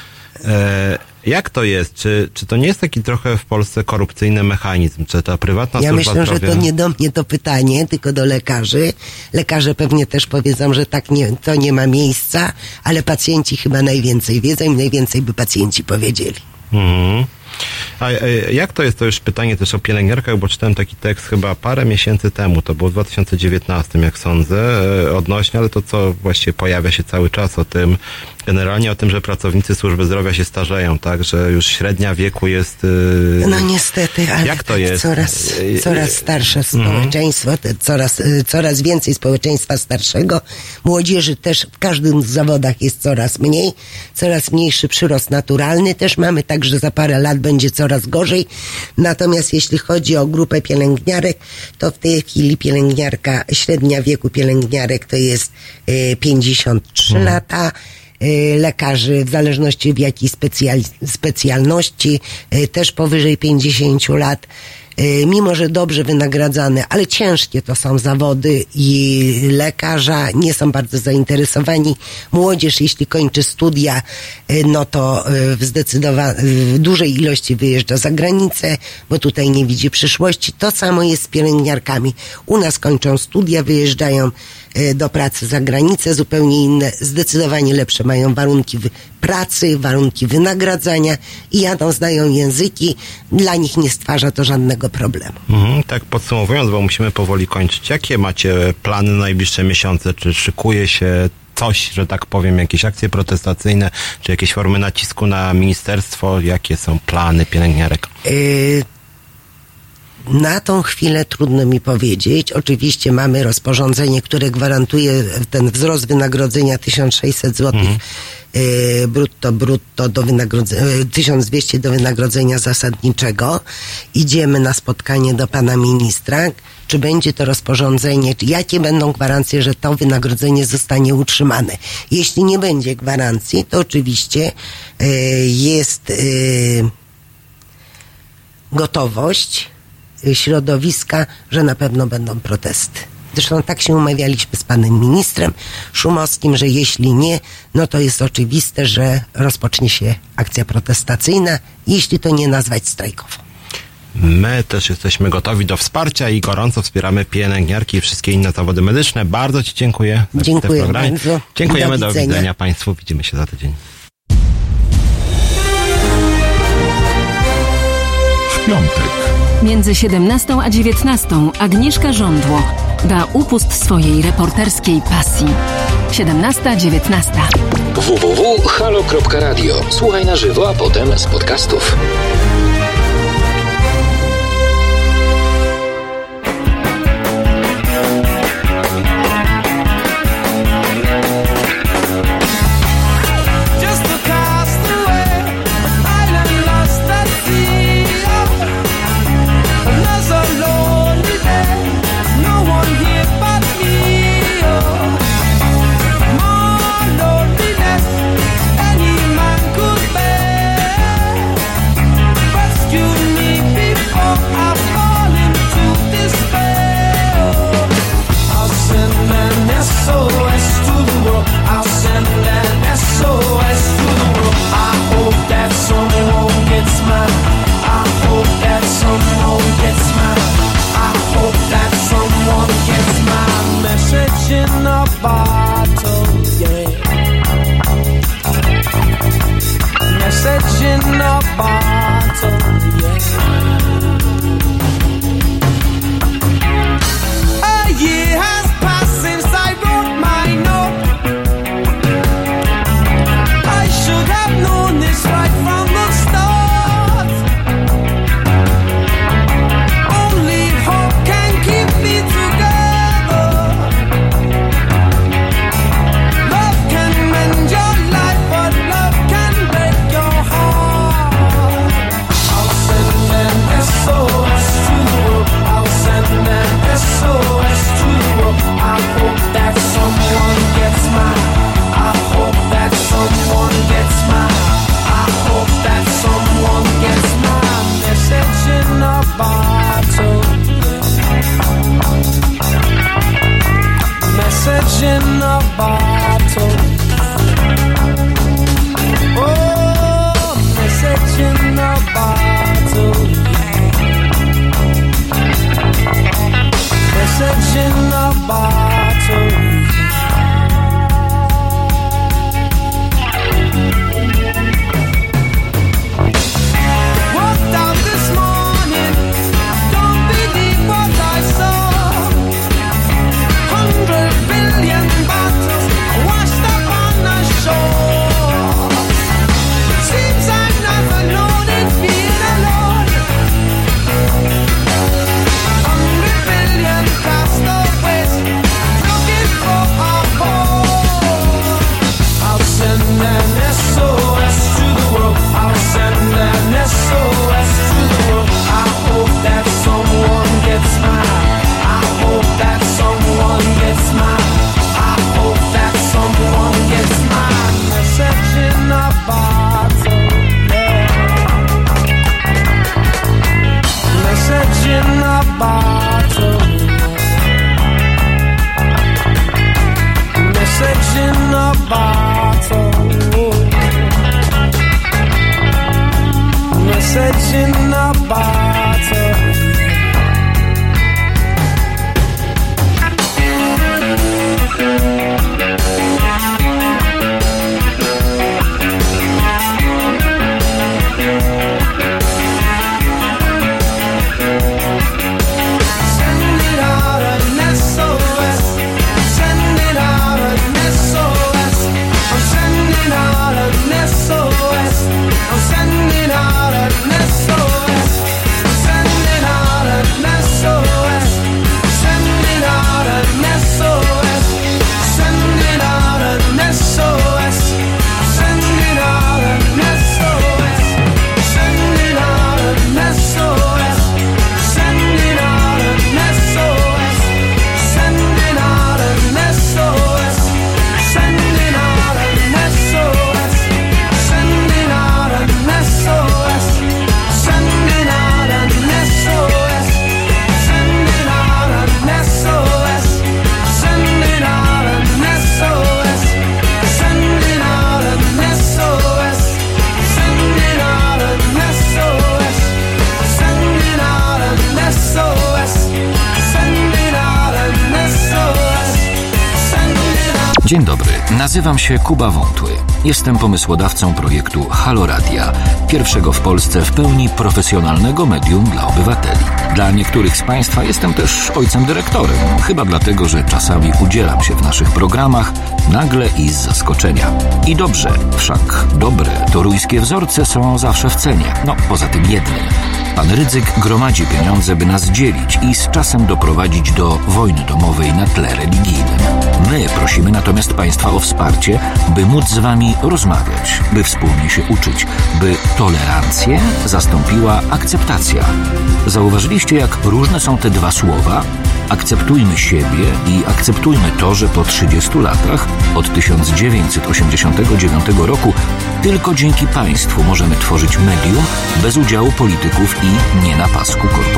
Jak to jest? Czy to nie jest taki trochę w Polsce korupcyjny mechanizm? Czy ta prywatna służba zdrowia... Ja myślę, że to nie do mnie to pytanie, tylko do lekarzy. Lekarze pewnie też powiedzą, że tak to nie ma miejsca, ale pacjenci chyba najwięcej wiedzą i najwięcej by pacjenci powiedzieli. A jak to jest, to już pytanie też o pielęgniarkach, bo czytałem taki tekst chyba parę miesięcy temu, to było w 2019, jak sądzę, odnośnie, ale to co właściwie pojawia się cały czas o tym, generalnie o tym, że pracownicy służby zdrowia się starzeją, tak, że już średnia wieku jest... No niestety, ale jak to jest? Coraz starsze społeczeństwo, coraz więcej społeczeństwa starszego, młodzieży też w każdym z zawodach jest coraz mniej, coraz mniejszy przyrost naturalny też mamy, także za parę lat będzie coraz gorzej. Natomiast jeśli chodzi o grupę pielęgniarek, to w tej chwili średnia wieku pielęgniarek to jest 53 lata. Lekarzy, w zależności w jakiej specjalności, też powyżej 50 lat. Mimo że dobrze wynagradzane, ale ciężkie to są zawody i lekarza nie są bardzo zainteresowani. Młodzież, jeśli kończy studia, no to w dużej ilości wyjeżdża za granicę, bo tutaj nie widzi przyszłości. To samo jest z pielęgniarkami. U nas kończą studia, wyjeżdżają do pracy za granicę, zupełnie inne, zdecydowanie lepsze mają warunki pracy, warunki wynagradzania i jadą, znają języki, dla nich nie stwarza to żadnego problemu. Tak podsumowując, bo musimy powoli kończyć, jakie macie plany na najbliższe miesiące? Czy szykuje się coś, że tak powiem, jakieś akcje protestacyjne, czy jakieś formy nacisku na ministerstwo? Jakie są plany pielęgniarek? Na tą chwilę trudno mi powiedzieć. Oczywiście mamy rozporządzenie, które gwarantuje ten wzrost wynagrodzenia 1600 zł brutto do wynagrodzenia, 1200 do wynagrodzenia zasadniczego. Idziemy na spotkanie do pana ministra. Czy będzie to rozporządzenie, jakie będą gwarancje, że to wynagrodzenie zostanie utrzymane. Jeśli nie będzie gwarancji, to oczywiście jest gotowość środowiska, że na pewno będą protesty. Zresztą tak się umawialiśmy z panem ministrem Szumowskim, że jeśli nie, no to jest oczywiste, że rozpocznie się akcja protestacyjna, jeśli to nie nazwać strajkową. My też jesteśmy gotowi do wsparcia i gorąco wspieramy pielęgniarki i wszystkie inne zawody medyczne. Bardzo ci dziękuję. Dziękuję bardzo. Dziękujemy, do widzenia Państwu. Widzimy się za tydzień. W piątek. Między 17 a 19 Agnieszka Żądło da upust swojej reporterskiej pasji. 17-19. www.halo.radio. Słuchaj na żywo, a potem z podcastów. In a bottle, yeah. Message in a bottle, yeah. A year has passed since I wrote my note. I should have known this right from the start. Only hope can keep me together. Message in a bottle. Oh, message in a bottle. Message in a bottle. Dzień dobry, nazywam się Kuba Wątły. Jestem pomysłodawcą projektu Halo Radia, pierwszego w Polsce w pełni profesjonalnego medium dla obywateli. Dla niektórych z Państwa jestem też ojcem dyrektorem, chyba dlatego, że czasami udzielam się w naszych programach nagle i z zaskoczenia. I dobrze, wszak dobre toruńskie wzorce są zawsze w cenie, poza tym jednym. Pan Rydzyk gromadzi pieniądze, by nas dzielić i z czasem doprowadzić do wojny domowej na tle religijnym. My prosimy natomiast Państwa o wsparcie, by móc z Wami rozmawiać, by wspólnie się uczyć, by tolerancję zastąpiła akceptacja. Zauważyliście, jak różne są te dwa słowa? Akceptujmy siebie i akceptujmy to, że po 30 latach, od 1989 roku, tylko dzięki Państwu możemy tworzyć medium bez udziału polityków i nie na pasku korporacji.